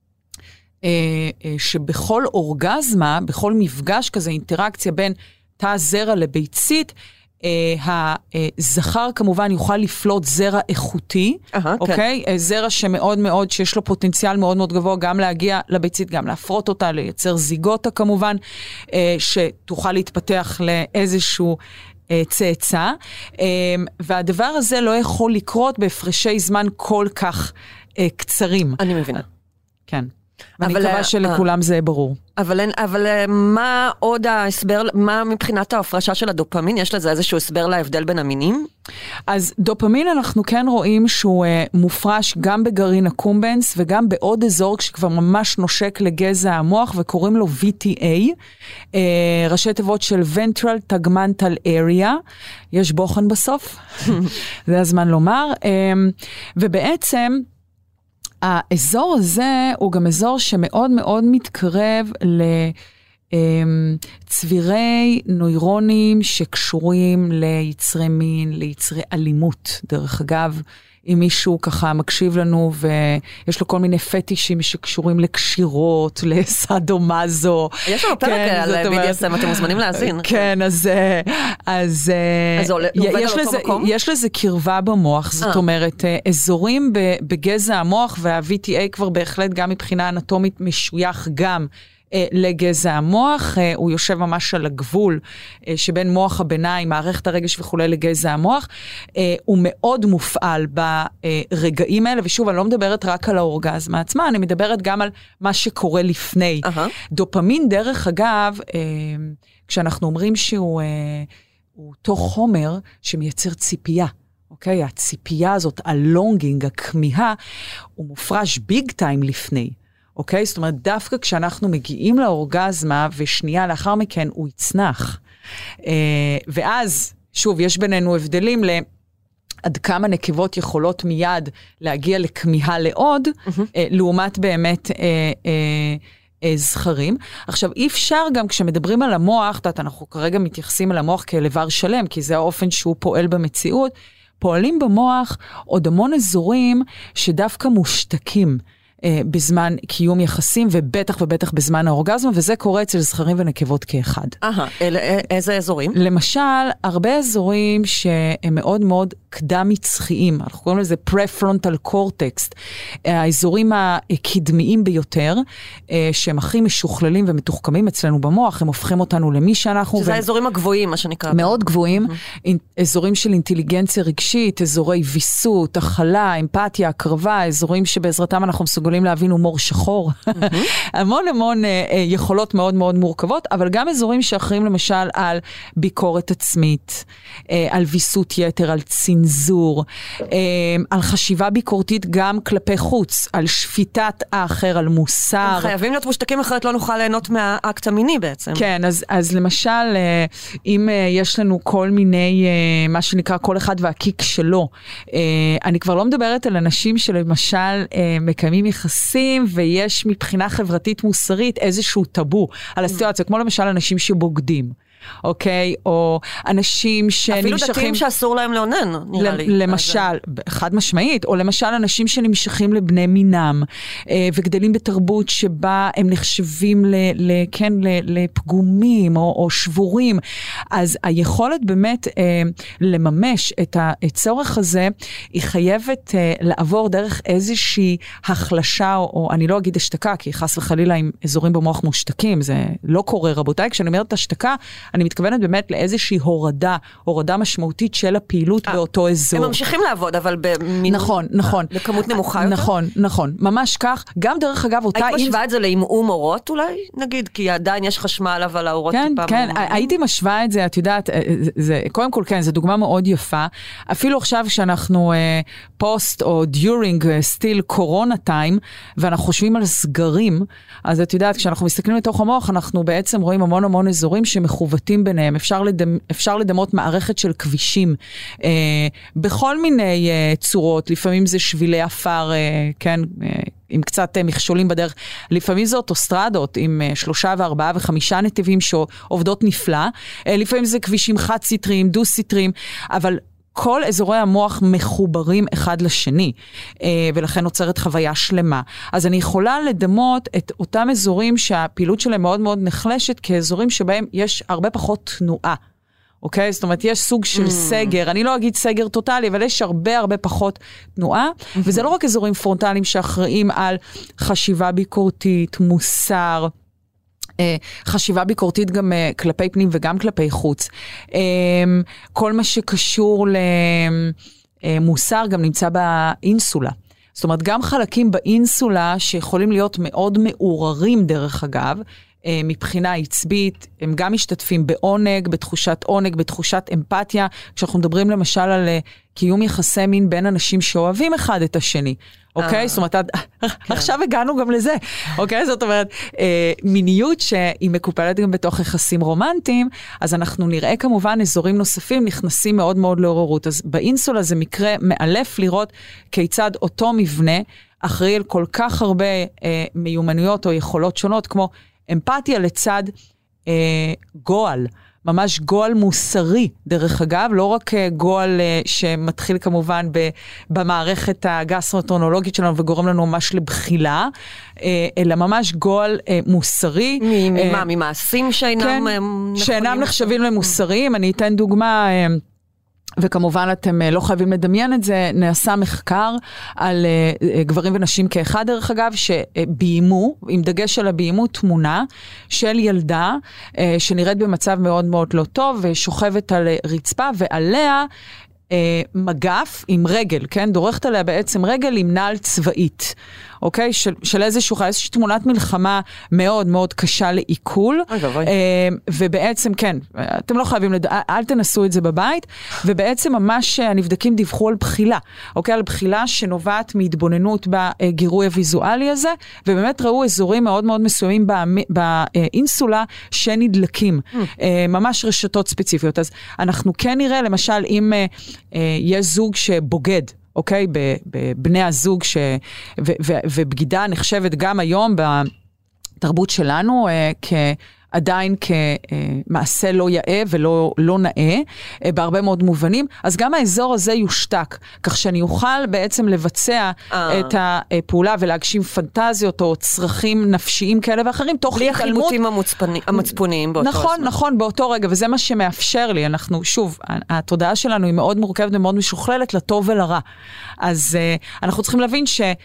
שבכל אורגזמה, בכל מפגש כזה, אינטראקציה בין תא זרע לביצית, הזכר כמובן יוכל לפלוט זרע איכותי, אוקיי? זרע שמאוד מאוד, שיש לו פוטנציאל מאוד מאוד גבוה, גם להגיע לביצית, גם להפרות אותה, לייצר זיגוטה כמובן, שתוכל להתפתח לאיזשהו צאצא, והדבר הזה לא יכול לקרות בהפרשי זמן כל כך קצרים. אני מבינה. כן. ואני מקווה שלכולם זה ברור. אבל מה עוד ההסבר, מה מבחינת ההפרשה של הדופמין? יש לזה איזשהו הסבר להבדל בין המינים? אז דופמין אנחנו כן רואים שהוא מופרש גם בגרעין הקומבנס וגם בעוד אזור שכבר ממש נושק לגזע המוח וקוראים לו VTA, ראשי תיבות של Ventral Tegmental Area, יש בוחן בסוף, זה הזמן לומר, ובעצם האזור הזה הוא גם אזור שמאוד מאוד מתקרב לצבירי נוירונים שקשורים ליצרי מין, ליצרי אלימות. דרך אגב, אם מישהו ככה מקשיב לנו ויש לו כל מיני פטישים שקשורים לקשירות, לסאדו-מאזו. יש לנו פרק על BDSM, אתם מוזמנים להאזין. כן, אז יש לזה קרבה במוח, זאת אומרת, אזורים בגזע המוח, וה-VTA כבר בהחלט גם מבחינה אנטומית משוייך גם לגזע המוח, הוא יושב ממש על הגבול שבין מוח הביניים, מערכת הרגש וכו' לגזע המוח, הוא מאוד מופעל ברגעים האלה, ושוב, אני לא מדברת רק על האורגזמה עצמה, אני מדברת גם על מה שקורה לפני. דופמין, דרך אגב, כשאנחנו אומרים שהוא אותו חומר שמייצר ציפייה, אוקיי? הציפייה הזאת, הלונגינג, הכמיהה, הוא מופרש ביג טיים לפני. אוקיי? זאת אומרת, דווקא כשאנחנו מגיעים לאורגזמה, ושנייה לאחר מכן הוא יצנח. ואז, שוב, יש בינינו הבדלים עד כמה נקבות יכולות מיד להגיע לכמיהה לעוד, לעומת באמת זכרים. עכשיו, אי אפשר גם כשמדברים על המוח, אנחנו כרגע מתייחסים על המוח כאל איבר שלם, כי זה האופן שהוא פועל במציאות, פועלים במוח עוד המון אזורים שדווקא מושתקים. בזמן קיום יחסים, ובטח ובטח בזמן האורגזמה, וזה קורה אצל זכרים ונקבות כאחד. איזה אזורים? למשל, הרבה אזורים שהם מאוד מאוד קדם מצחיים, אנחנו קוראים לזה prefrontal cortex, האזורים הקדמיים ביותר, שהם הכי משוכללים ומתוחכמים אצלנו במוח, הם הופכים אותנו למי שאנחנו... שזה האזורים הגבוהים, מה שנקרא. מאוד גבוהים, אזורים של אינטליגנציה רגשית, אזורי ויסות, הכלה, אמפתיה, הקרבה, אזורים שבעזרתם אנחנו מסוגלים להבין הומור שחור. המון המון יכולות מאוד מאוד מורכבות, אבל גם אזורים שאחרים למשל על ביקורת עצמית, על ויסות יתר, על צנזור, על חשיבה ביקורתית גם כלפי חוץ, על שפיטת האחר, על מוסר. הם חייבים להיות מושתקים, אחרת לא נוכל ליהנות מהאקט המיני בעצם. כן, אז למשל, אם יש לנו כל מיני, מה שנקרא כל אחד והקיק שלו, אני כבר לא מדברת על אנשים שלמשל מקיימים יחסים, ויש מבחינה חברתית מוסרית איזשהו טאבו על הסיטואציה, כמו למשל אנשים שבוגדים. אוקיי? או אנשים שנמשכים... אפילו דתיים שאסור להם לעונן, נראה לי. למשל, חד משמעית, או למשל אנשים שנמשכים לבני מינם, וגדלים בתרבות שבה הם נחשבים לפגומים או שבורים. אז היכולת באמת לממש את הצורך הזה, היא חייבת לעבור דרך איזושהי החלשה, או אני לא אגיד השתקה, כי חס וחלילה עם אזורים במוח מושתקים, זה לא קורה רבותיי, כשאני אומרת השתקה, אני מתכוונת באמת לאיזושהי הורדה משמעותית של הפעילות באותו אזור. הם ממשיכים לעבוד, אבל נכון. בכמות נמוכה יותר? נכון, ממש כך. גם דרך אגב, אותה... היית משווה את זה לעמעום אורות אולי, נגיד? כי עדיין יש חשמל, אבל האורות טיפה... כן, הייתי משווה את זה, את יודעת, קודם כל כן, זו דוגמה מאוד יפה. אפילו עכשיו שאנחנו פוסט או during still קורונה טיים, ואנחנו חושבים על סגרים, אז את יודעת, כשאנחנו מסתכלים לתוך המוח, אנחנו בעצם רואים המון אזורים שמכוונים מעוותים ביניהם, אפשר לדמות מערכת של כבישים, בכל מיני צורות, לפעמים זה שבילי אפר, כן, עם קצת מכשולים בדרך, לפעמים זה אוטוסטרדות עם 3 ו4 ו5 נתיבים שעובדות נפלא, לפעמים זה כבישים חד-סטריים, דו-סטריים, אבל כל אזורי המוח מחוברים אחד לשני, ולכן נוצרת חוויה שלמה. אז אני יכולה לדמות את אותם אזורים שהפעילות שלהם מאוד מאוד נחלשת, כאזורים שבהם יש הרבה פחות תנועה. אוקיי? זאת אומרת, יש סוג של סגר, אני לא אגיד סגר טוטלי, אבל יש הרבה פחות תנועה, וזה לא רק אזורים פרונטליים שאחראים על חשיבה ביקורתית, מוסר, חשיבה ביקורתית גם כלפי פנים וגם כלפי חוץ. כל מה שקשור למוסר גם נמצא באינסולה. זאת אומרת, גם חלקים באינסולה שיכולים להיות מאוד מעוררים דרך אגב, מבחינה עצבית, הם גם משתתפים בעונג, בתחושת עונג, בתחושת אמפתיה, כשאנחנו מדברים למשל על קיום יחסי מין בין אנשים שאוהבים אחד את השני, אוקיי? זאת אומרת, עכשיו הגענו גם לזה, אוקיי? זאת אומרת, מיניות שהיא מקופלת גם בתוך יחסים רומנטיים, אז אנחנו נראה כמובן אזורים נוספים נכנסים מאוד מאוד לעוררות. אז באינסולה זה מקרה מאלף לראות כיצד אותו מבנה אחראי על כל כך הרבה מיומנויות או יכולות שונות, כמו אמפתיה לצד גועל, ממש גועל מוסרי, דרך אגב, לא רק גועל שמתחיל כמובן במערכת הגסטרואנטרולוגית שלנו וגורם לנו ממש לבחילה, אלא ממש גועל מוסרי. ממעשים שאינם נחשבים למוסריים. אני אתן דוגמה, וכמובן אתם לא חייבים לדמיין את זה, נעשה מחקר על גברים ונשים כאחד דרך אגב, שביימו, עם דגש על הביימו, תמונה של ילדה שנראית במצב מאוד מאוד לא טוב, ושוכבת על רצפה, ועליה מגף עם רגל, כן? דורכת עליה בעצם רגל עם נעל צבאית, אוקיי? של איזושהי תמונת מלחמה מאוד מאוד קשה לעיכול, ובעצם כן, אתם לא חייבים, אל תנסו את זה בבית, ובעצם ממש הנבדקים דיווחו על בחילה, אוקיי? על בחילה שנובעת מהתבוננות בגירוי הוויזואלי הזה, ובאמת ראו אזורים מאוד מאוד מסוימים באינסולה שנדלקים, ממש רשתות ספציפיות. אז אנחנו כן נראה, למשל, אם יש זוג שבוגד, אוקיי, בבני הזוג ובגידה נחשבת גם היום בתרבות שלנו עדיין כמעשה לא יאה ולא נאה, בהרבה מאוד מובנים, אז גם האזור הזה יושתק, כך שאני אוכל בעצם לבצע את הפעולה ולהגשים פנטזיות או צרכים נפשיים כאלה ואחרים, תוך בלי החיבוטים המצפוניים באותו הזמן. נכון, באותו רגע, וזה מה שמאפשר לי, אנחנו, שוב, התודעה שלנו היא מאוד מורכבת ומאוד משוכללת לטוב ולרע, אז אנחנו צריכים להבין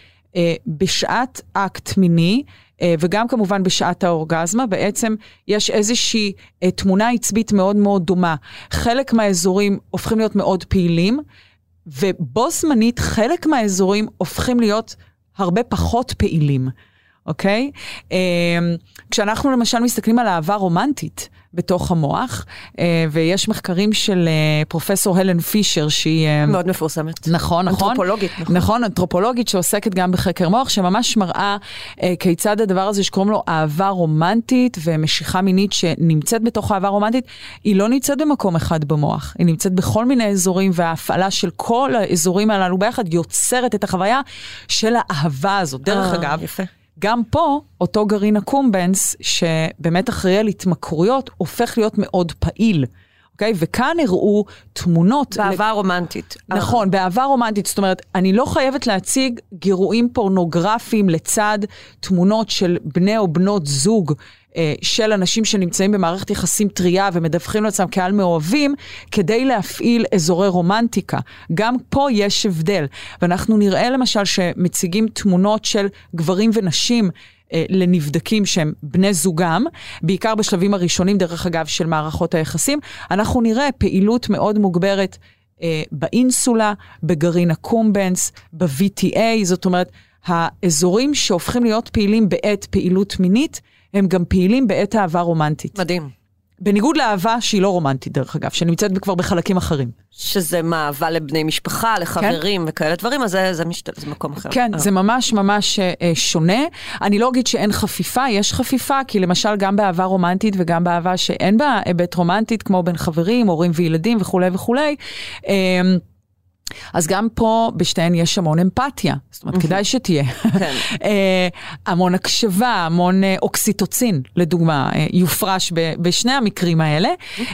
שבשעת אקט מיני, וגם כמובן בשעת האורגזמה, בעצם יש איזושהי תמונה עצבית מאוד מאוד דומה. חלק מהאזורים הופכים להיות מאוד פעילים, ובו זמנית חלק מהאזורים הופכים להיות הרבה פחות פעילים. אוקיי? כשאנחנו למשל מסתכלים על אהבה רומנטית בתוך המוח, ויש מחקרים של פרופסור הלן פישר, שהיא מאוד מפורסמת. נכון. אנתרופולוגית. נכון, אנתרופולוגית שעוסקת גם בחקר מוח, שממש מראה כיצד הדבר הזה שקוראים לו אהבה רומנטית ומשיכה מינית שנמצאת בתוך אהבה רומנטית, היא לא נמצאת במקום אחד במוח, היא נמצאת בכל מיני אזורים, וההפעלה של כל האזורים הללו ביחד יוצרת את החוויה של האהבה הזאת. דרך אגב, יפה. גם פה, אותו גרעין הקומבנס, שבאמת אחראי על התמכרויות, הופך להיות מאוד פעיל. אוקיי? וכאן הראו תמונות. באהבה רומנטית. נכון, באהבה רומנטית. זאת אומרת, אני לא חייבת להציג גירויים פורנוגרפיים לצד תמונות של בני או בנות זוג, של אנשים שנמצאים במערכת יחסים טריה ומדווחים לעצמם קהל מאוהבים, כדי להפעיל אזורי רומנטיקה. גם פה יש הבדל. ואנחנו נראה למשל שמציגים תמונות של גברים ונשים לנבדקים שהם בני זוגם, בעיקר בשלבים הראשונים דרך אגב של מערכות היחסים. אנחנו נראה פעילות מאוד מוגברת באינסולה, בגרעין הקומבנס, ב-VTA, זאת אומרת, האזורים שהופכים להיות פעילים בעת פעילות מינית, הם גם פעילים בעת אהבה רומנטית. מדהים. בניגוד לאהבה שהיא לא רומנטית דרך אגב, שנמצאת כבר בחלקים אחרים. שזה מאהבה לבני משפחה, לחברים וכאלה דברים, אז זה מקום אחר. כן, זה ממש ממש שונה. אני לא אגיד שאין חפיפה, יש חפיפה, כי למשל גם באהבה רומנטית וגם באהבה שאין בה היבט רומנטית, כמו בין חברים, הורים וילדים וכו' וכו'. אז גם פה בשתיהן יש המון אמפתיה, זאת אומרת, כדאי שתהיה. המון הקשבה, המון אוקסיטוצין, לדוגמה, יופרש בשני המקרים האלה,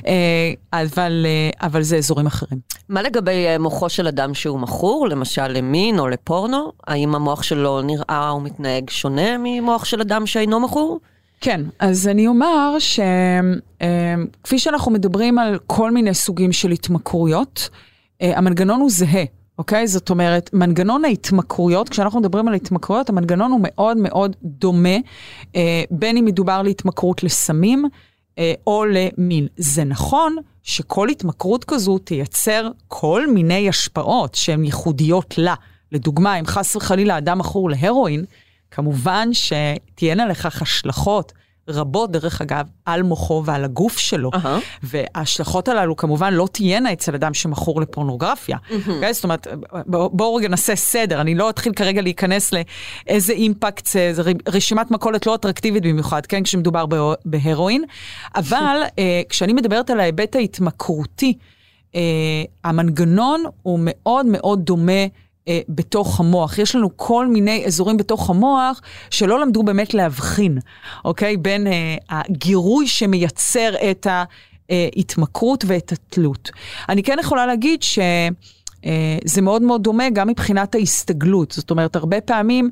אבל זה אזורים אחרים. מה לגבי מוחו של אדם שהוא מכור, למשל למין או לפורנו? האם המוח שלו נראה או מתנהג שונה ממוח של אדם שאינו מכור? כן, אז אני אומר שכפי שאנחנו מדברים על כל מיני סוגים של התמכרויות, המנגנון הוא זהה, אוקיי? זאת אומרת, מנגנון ההתמכרויות, כשאנחנו מדברים על התמכרויות, המנגנון הוא מאוד מאוד דומה, בין אם מדובר להתמכרות לסמים או למין. זה נכון שכל התמכרות כזו תייצר כל מיני השפעות שהן ייחודיות לה. לדוגמה, אם חס וחלילה אדם מכור להרואין, כמובן שתהיינה לכך השלכות רבות דרך אגב על מוחו ועל הגוף שלו, וההשלכות הללו כמובן לא תהיינה אצל אדם שמכור לפורנוגרפיה. זאת אומרת, בואו רגע נעשה סדר, אני לא אתחיל כרגע להיכנס לאיזה אימפקט, זה רשימת מכולת לא אטרקטיבית במיוחד, כן, כשמדובר בהרואין, אבל כשאני מדברת על ההיבט ההתמכרותי, המנגנון הוא מאוד מאוד דומה בתוך המוח. יש לנו כל מיני אזורים בתוך המוח שלא למדו באמת להבחין, אוקיי? בין הגירוי שמייצר את ההתמכרות ואת התלות. אני כן יכולה להגיד שזה מאוד מאוד דומה גם מבחינת ההסתגלות. זאת אומרת, הרבה פעמים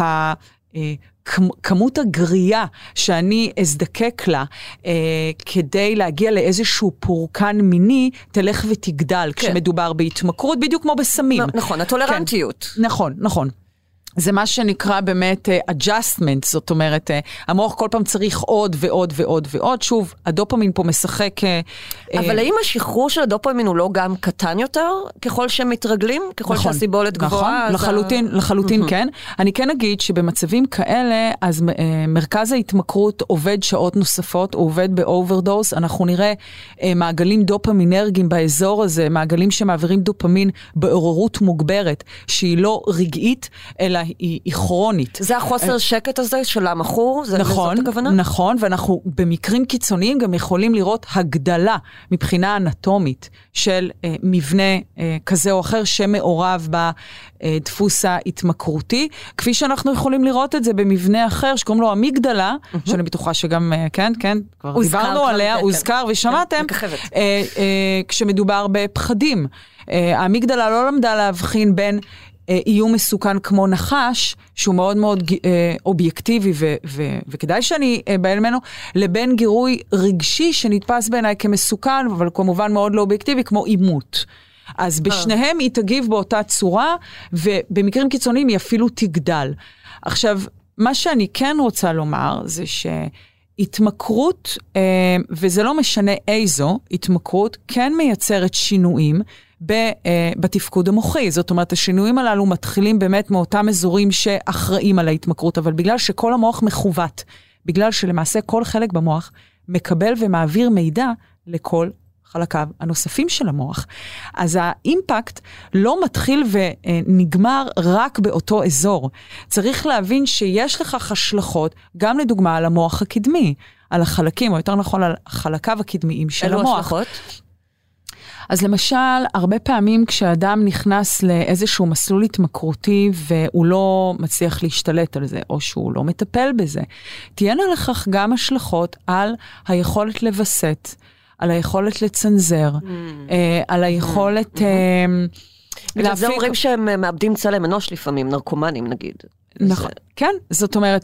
כמות הגרייה שאני אזדקק לה כדי להגיע לאיזשהו פורקן מיני, תלך ותגדל כשמדובר בהתמכרות, בדיוק כמו בסמים. נכון, הטולרנטיות. נכון, נכון. זה מה שנקרא באמת adjustment, זאת אומרת, המוח כל פעם צריך עוד ועוד ועוד ועוד. שוב, הדופמין פה משחק... אבל האם השחרור של הדופמין הוא לא גם קטן יותר, ככל שהם מתרגלים? ככל שהסיבולת גבוהה? נכון, לחלוטין כן. אני כן אגיד שבמצבים כאלה, אז מרכז ההתמכרות עובד שעות נוספות, הוא עובד באוברדוס, אנחנו נראה מעגלים דופמינרגיים באזור הזה, מעגלים שמעבירים דופמין בעוררות מוגברת, שהיא לא רגעית, אלא היא כרונית. זה החוסר שקט הזה של המכור? נכון, נכון, ואנחנו במקרים קיצוניים גם יכולים לראות הגדלה מבחינה אנטומית של מבנה כזה או אחר שמעורב בדפוס ההתמכרותי, כפי שאנחנו יכולים לראות את זה במבנה אחר שקוראים לו אמיגדלה, שאני בטוחה שגם, כן, כבר דיברנו עליה, הוזכר ושמעתם, כשמדובר בפחדים. האמיגדלה לא למדה להבחין בין איום מסוכן כמו נחש, שהוא מאוד מאוד אובייקטיבי, וכדאי שאני בעל ממנו, לבין גירוי רגשי שנתפס בעיניי כמסוכן, אבל כמובן מאוד לא אובייקטיבי, כמו אימות. אז בשניהם היא תגיב באותה צורה, ובמקרים קיצוניים היא אפילו תגדל. עכשיו, מה שאני כן רוצה לומר, זה שהתמכרות, וזה לא משנה איזו, התמכרות כן מייצרת שינויים, בתפקוד המוחי. זאת אומרת, השינויים הללו מתחילים באמת מאותם אזורים שאחראים על ההתמכרות, אבל בגלל שכל המוח מכוות, בגלל שלמעשה כל חלק במוח מקבל ומעביר מידע לכל חלקיו הנוספים של המוח. אז האימפקט לא מתחיל ונגמר רק באותו אזור. צריך להבין שיש לך השלכות, גם לדוגמה על המוח הקדמי, על החלקים, או יותר נכון על חלקיו הקדמיים של המוח. אלו השלכות? אז למשל, הרבה פעמים כשאדם נכנס לאיזשהו מסלול התמכרותי והוא לא מצליח להשתלט על זה, או שהוא לא מטפל בזה, תהיינה לכך גם השלכות על היכולת לבסט, על היכולת לצנזר, על היכולת... בגלל זה אומרים שהם מאבדים צלם אנוש לפעמים, נרקומנים נגיד. נכון, כן, זאת אומרת,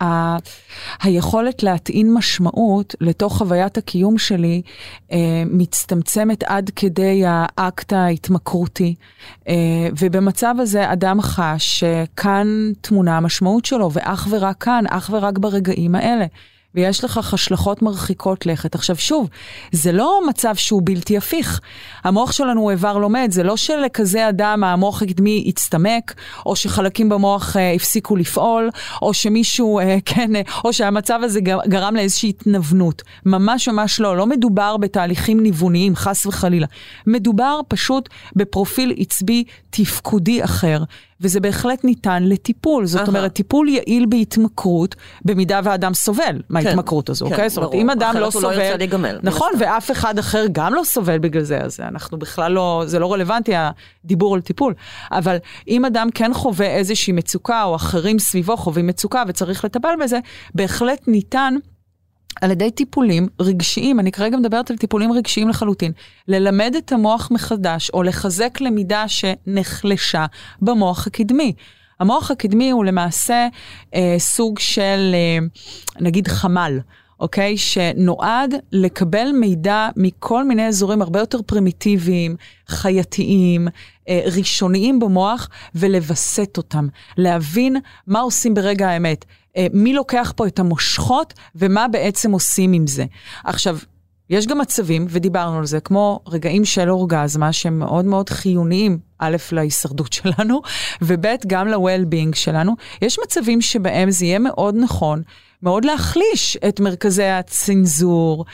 היכולת להטעין משמעות לתוך חוויית הקיום שלי מצטמצמת עד כדי האקט ההתמכרותי, ובמצב הזה אדם חש שכאן תמונה המשמעות שלו, ואך ורק כאן, אך ורק ברגעים האלה. ויש לך השלכות מרחיקות לכת. עכשיו שוב, זה לא מצב שהוא בלתי הפיך. המוח שלנו הוא איבר לומד, זה לא שלכזה אדם המוח הקדמי הצטמק, או שחלקים במוח הפסיקו לפעול, או שמישהו, כן, או שהמצב הזה גרם לאיזושהי התנוונות. ממש ממש לא מדובר בתהליכים ניווניים, חס וחלילה. מדובר פשוט בפרופיל עצבי תפקודי אחר, וזה בהחלט ניתן לטיפול. זאת אומרת, טיפול יעיל בהתמכרות, במידה והאדם סובל מההתמכרות הזו. כן, זאת אומרת, אם אדם לא סובל, הוא לא ירצה להיגמל. נכון, ואף אחד אחר גם לא סובל בגלל זה, אז אנחנו בכלל לא, זה לא רלוונטי הדיבור על טיפול. אבל אם אדם כן חווה איזושהי מצוקה, או אחרים סביבו חווים מצוקה, וצריך לטפל בזה, בהחלט ניתן על ידי טיפולים רגשיים, אני כרגע מדברת על טיפולים רגשיים לחלוטין, ללמד את המוח מחדש, או לחזק למידה שנחלשה במוח הקדמי. המוח הקדמי הוא למעשה סוג של, נגיד, חמל, אוקיי? שנועד לקבל מידע מכל מיני אזורים הרבה יותר פרימיטיביים, חייתיים, ראשוניים במוח, ולבסט אותם. להבין מה עושים ברגע האמת. מי לוקח פה את המושכות, ומה בעצם עושים עם זה. עכשיו, יש גם מצבים, ודיברנו על זה, כמו רגעים של אורגזמה, שהם מאוד מאוד חיוניים, א', להישרדות שלנו, וב', גם ל-well-being שלנו. יש מצבים שבהם זה יהיה מאוד נכון, מאוד להחליש את מרכזי הצנזור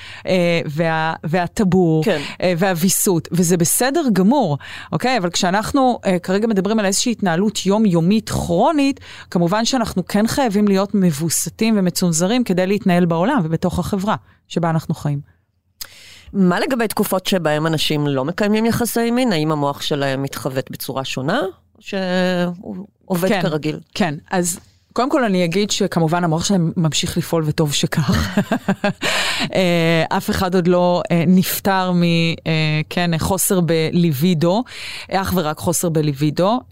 והטבור והוויסות, וזה בסדר גמור, אוקיי? אבל כשאנחנו כרגע מדברים על איזושהי התנהלות יומיומית כרונית, כמובן שאנחנו כן חייבים להיות מבוסתים ומצונזרים כדי להתנהל בעולם ובתוך החברה שבה אנחנו חיים. מה לגבי תקופות שבהם אנשים לא מקיימים יחסי מין? האם המוח שלהם מתחוות בצורה שונה? או שהוא עובד כרגיל? כן, אז קודם כל אני אגיד שכמובן המוח שלהם ממשיך לפעול וטוב שכך. אף אחד עוד לא נפטר מחוסר בליבידו, אך ורק חוסר בליבידו.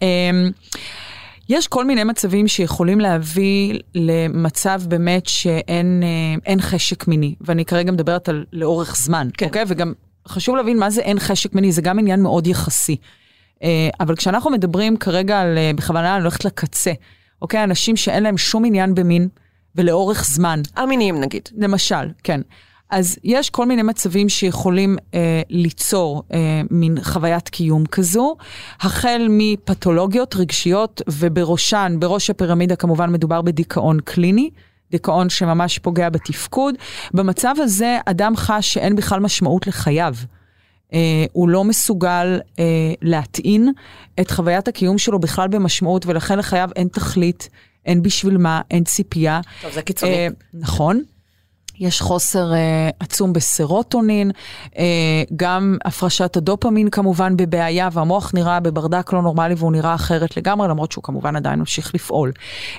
יש כל מיני מצבים שיכולים להביא למצב באמת שאין חשק מיני, ואני כרגע מדברת על לאורך זמן, אוקיי? וגם חשוב להבין מה זה אין חשק מיני, זה גם עניין מאוד יחסי. אבל כשאנחנו מדברים כרגע על, בכוונה אני הולכת לקצה, אוקיי? אנשים שאין להם שום עניין במין, ולאורך זמן. המיניים נגיד. למשל, כן. אז יש כל מיני מצבים שיכולים ליצור מין חוויית קיום כזו, החל מפתולוגיות רגשיות, בראש הפירמידה כמובן מדובר בדיכאון קליני, דיכאון שממש פוגע בתפקוד. במצב הזה אדם חש שאין בכלל משמעות לחייו. הוא לא מסוגל להטעין את חוויית הקיום שלו בכלל במשמעות, ולכן לחייו אין תכלית, אין בשביל מה, אין ציפייה. טוב, זה קיצוני. נכון. יש חוסר עצום בסרוטונין, גם הפרשת הדופמין כמובן בבעיה, והמוח נראה בברדק לא נורמלי, והוא נראה אחרת לגמרי, למרות שהוא כמובן עדיין ממשיך לפעול.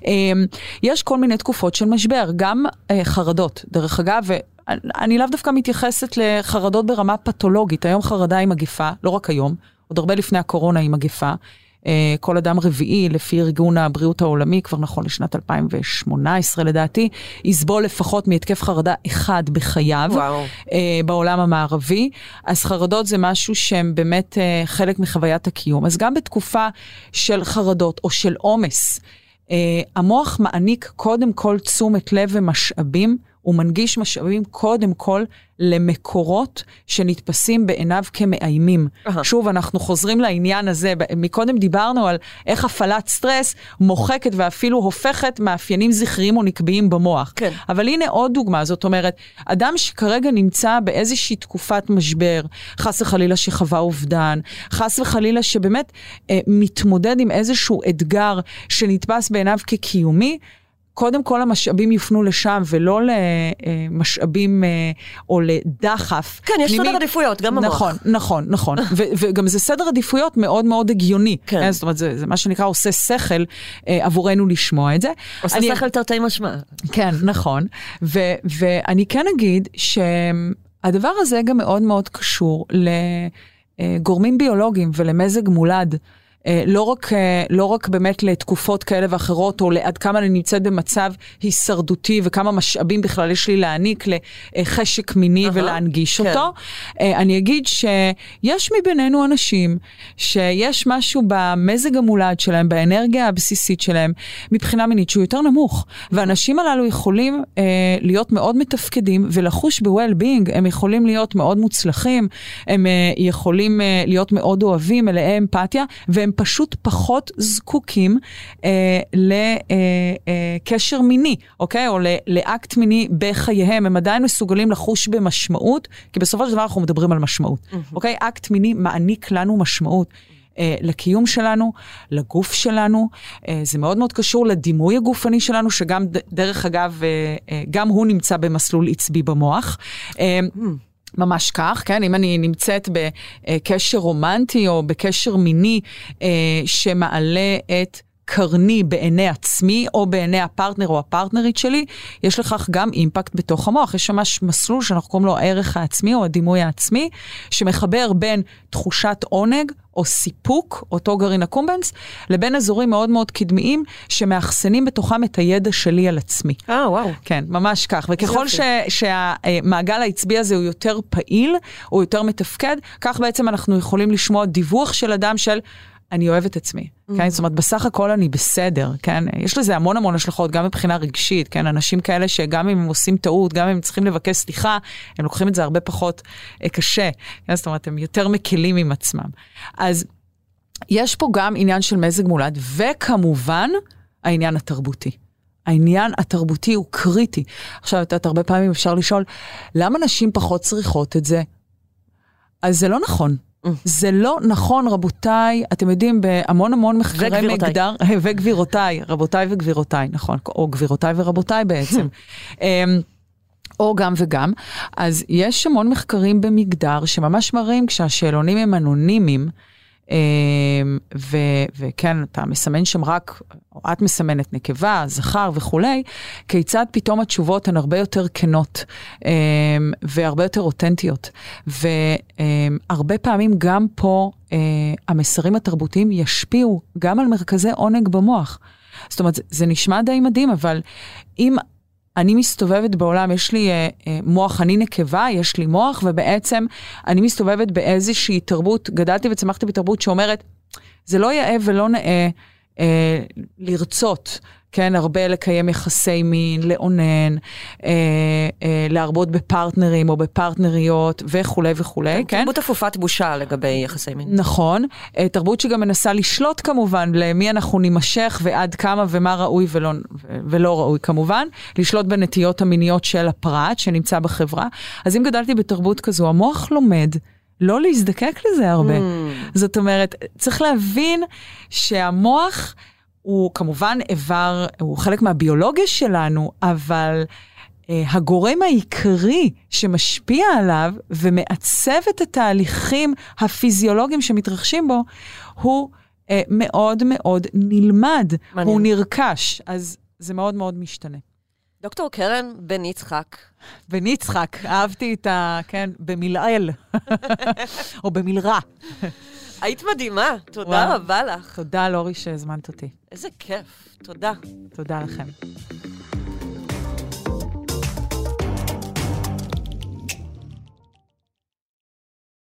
יש כל מיני תקופות של משבר, גם חרדות, דרך אגב, אני לאו דווקא מתייחסת לחרדות ברמה פתולוגית, היום חרדה היא מגפה, לא רק היום, עוד הרבה לפני הקורונה היא מגפה, כל אדם רביעי, לפי ארגון הבריאות העולמי, כבר נכון לשנת 2018 לדעתי, יסבול לפחות מהתקף חרדה אחד בחייו, בעולם המערבי. אז חרדות זה משהו שהם באמת חלק מחוויית הקיום. אז גם בתקופה של חרדות או של עומס, המוח מעניק קודם כל תשומת לב ומשאבים, הוא מנגיש משאבים קודם כל למקורות שנתפסים בעיניו כמאיימים. שוב, אנחנו חוזרים לעניין הזה, מקודם דיברנו על איך הפעלת סטרס מוחקת ואפילו הופכת מאפיינים זכריים או נקביים במוח. כן. אבל הנה עוד דוגמה, זאת אומרת, אדם שכרגע נמצא באיזושהי תקופת משבר, חס וחלילה שחווה אובדן, חס וחלילה שבאמת מתמודד עם איזשהו אתגר שנתפס בעיניו כקיומי, קודם כל המשאבים יופנו לשם, ולא למשאבים או לדחף. כן, יש סדר עדיפויות, גם במוח. נכון. וגם זה סדר עדיפויות מאוד מאוד הגיוני. כן. זאת אומרת, זה מה שנקרא עושה שכל עבורנו לשמוע את זה. עושה שכל תרתי משמע. כן, נכון. ואני כן אגיד שהדבר הזה גם מאוד מאוד קשור לגורמים ביולוגיים ולמזג מולד. לא רק באמת לתקופות כאלה ואחרות, או לעד כמה אני נמצאת במצב הישרדותי, וכמה משאבים בכלל יש לי להעניק לחשק מיני ולהנגיש אותו. אני אגיד שיש מבינינו אנשים, שיש משהו במזג המולד שלהם, באנרגיה הבסיסית שלהם, מבחינה מינית שהוא יותר נמוך. והאנשים הללו יכולים להיות מאוד מתפקדים, ולחוש ב-well-being, הם יכולים להיות מאוד מוצלחים, הם יכולים להיות מאוד אוהבים, מלאי אמפתיה, והם פשוט פחות זקוקים לקשר מיני, אוקיי? או לאקט מיני בחייהם. הם עדיין מסוגלים לחוש במשמעות, כי בסופו של דבר אנחנו מדברים על משמעות. אוקיי? אקט מיני מעניק לנו משמעות. לקיום שלנו, לגוף שלנו, זה מאוד מאוד קשור לדימוי הגופני שלנו, שגם דרך אגב, גם הוא נמצא במסלול עצבי במוח. ממש כך, כן? אם אני נמצאת בקשר רומנטי או בקשר מיני שמעלה את קרני בעיני עצמי, או בעיני הפרטנר או הפרטנרית שלי, יש לכך גם אימפקט בתוך המוח. יש ממש מסלול שאנחנו קוראים לו הערך העצמי, או הדימוי העצמי, שמחבר בין תחושת עונג, או סיפוק, אותו גרעין הקומבנס, לבין אזורים מאוד מאוד קדמיים, שמאחסנים בתוכם את הידע שלי על עצמי. וואו. כן, ממש כך. וככל שהמעגל העצבי הזה הוא יותר פעיל, או יותר מתפקד, כך בעצם אנחנו יכולים לשמוע דיווח של אדם של אני אוהב את עצמי, כן? זאת אומרת, בסך הכל אני בסדר, כן? יש לזה המון השלכות, גם מבחינה רגשית, כן? אנשים כאלה שגם אם הם עושים טעות, גם אם הם צריכים לבקש סליחה, הם לוקחים את זה הרבה פחות קשה, כן? זאת אומרת, הם יותר מקלים עם עצמם. אז יש פה גם עניין של מזג מולד, וכמובן, העניין התרבותי. העניין התרבותי הוא קריטי. עכשיו, הרבה פעמים אפשר לשאול, למה נשים פחות צריכות את זה? אז זה לא נכון. זה לא נכון, רבותיי, אתם יודעים, בהמון מחקרי מגדר, וגבירותיי, רבותיי וגבירותיי, נכון, או גבירותיי ורבותיי בעצם, או גם וגם, אז יש המון מחקרים במגדר, שממש מראים כשהשאלונים הם אנונימיים, וכן, אתה מסמן שם רק, או את מסמנת נקבה, זכר וכולי, כיצד פתאום התשובות הן הרבה יותר כנות, והרבה יותר אותנטיות. והרבה פעמים גם פה, המסרים התרבותיים ישפיעו גם על מרכזי עונג במוח. זאת אומרת, זה נשמע די מדהים, אבל אם אני מסתובבת בעולם, יש לי מוח, אני נקבה, יש לי מוח, ובעצם אני מסתובבת באיזושהי תרבות, גדלתי וצמחתי בתרבות שאומרת, זה לא יאה ולא נאה לרצות, כן, הרבה לקיים יחסי מין, לעונן, להרבות בפרטנרים או בפרטנריות וכו' וכו', כן? תרבות אפופת בושה לגבי יחסי מין. נכון, תרבות שגם מנסה לשלוט כמובן, למי אנחנו נימשך ועד כמה ומה ראוי ולא ראוי כמובן, לשלוט בנטיות המיניות של הפרט שנמצא בחברה. אז אם גדלתי בתרבות כזו, המוח לומד, לא להזדקק לזה הרבה. זאת אומרת, צריך להבין שהמוח הוא כמובן איבר, הוא חלק מהביולוגיה שלנו, אבל הגורם העיקרי שמשפיע עליו ומעצב את התהליכים הפיזיולוגיים שמתרחשים בו, הוא מאוד מאוד נלמד, מעניין. הוא נרכש, אז זה מאוד מאוד משתנה. דוקטור קרן בן יצחק. בן יצחק, אהבתי את כן, במילעל, או במילרע. היית מדהימה, תודה רבה לך. תודה לורי שהזמנת אותי. איזה כיף, תודה. תודה לכם.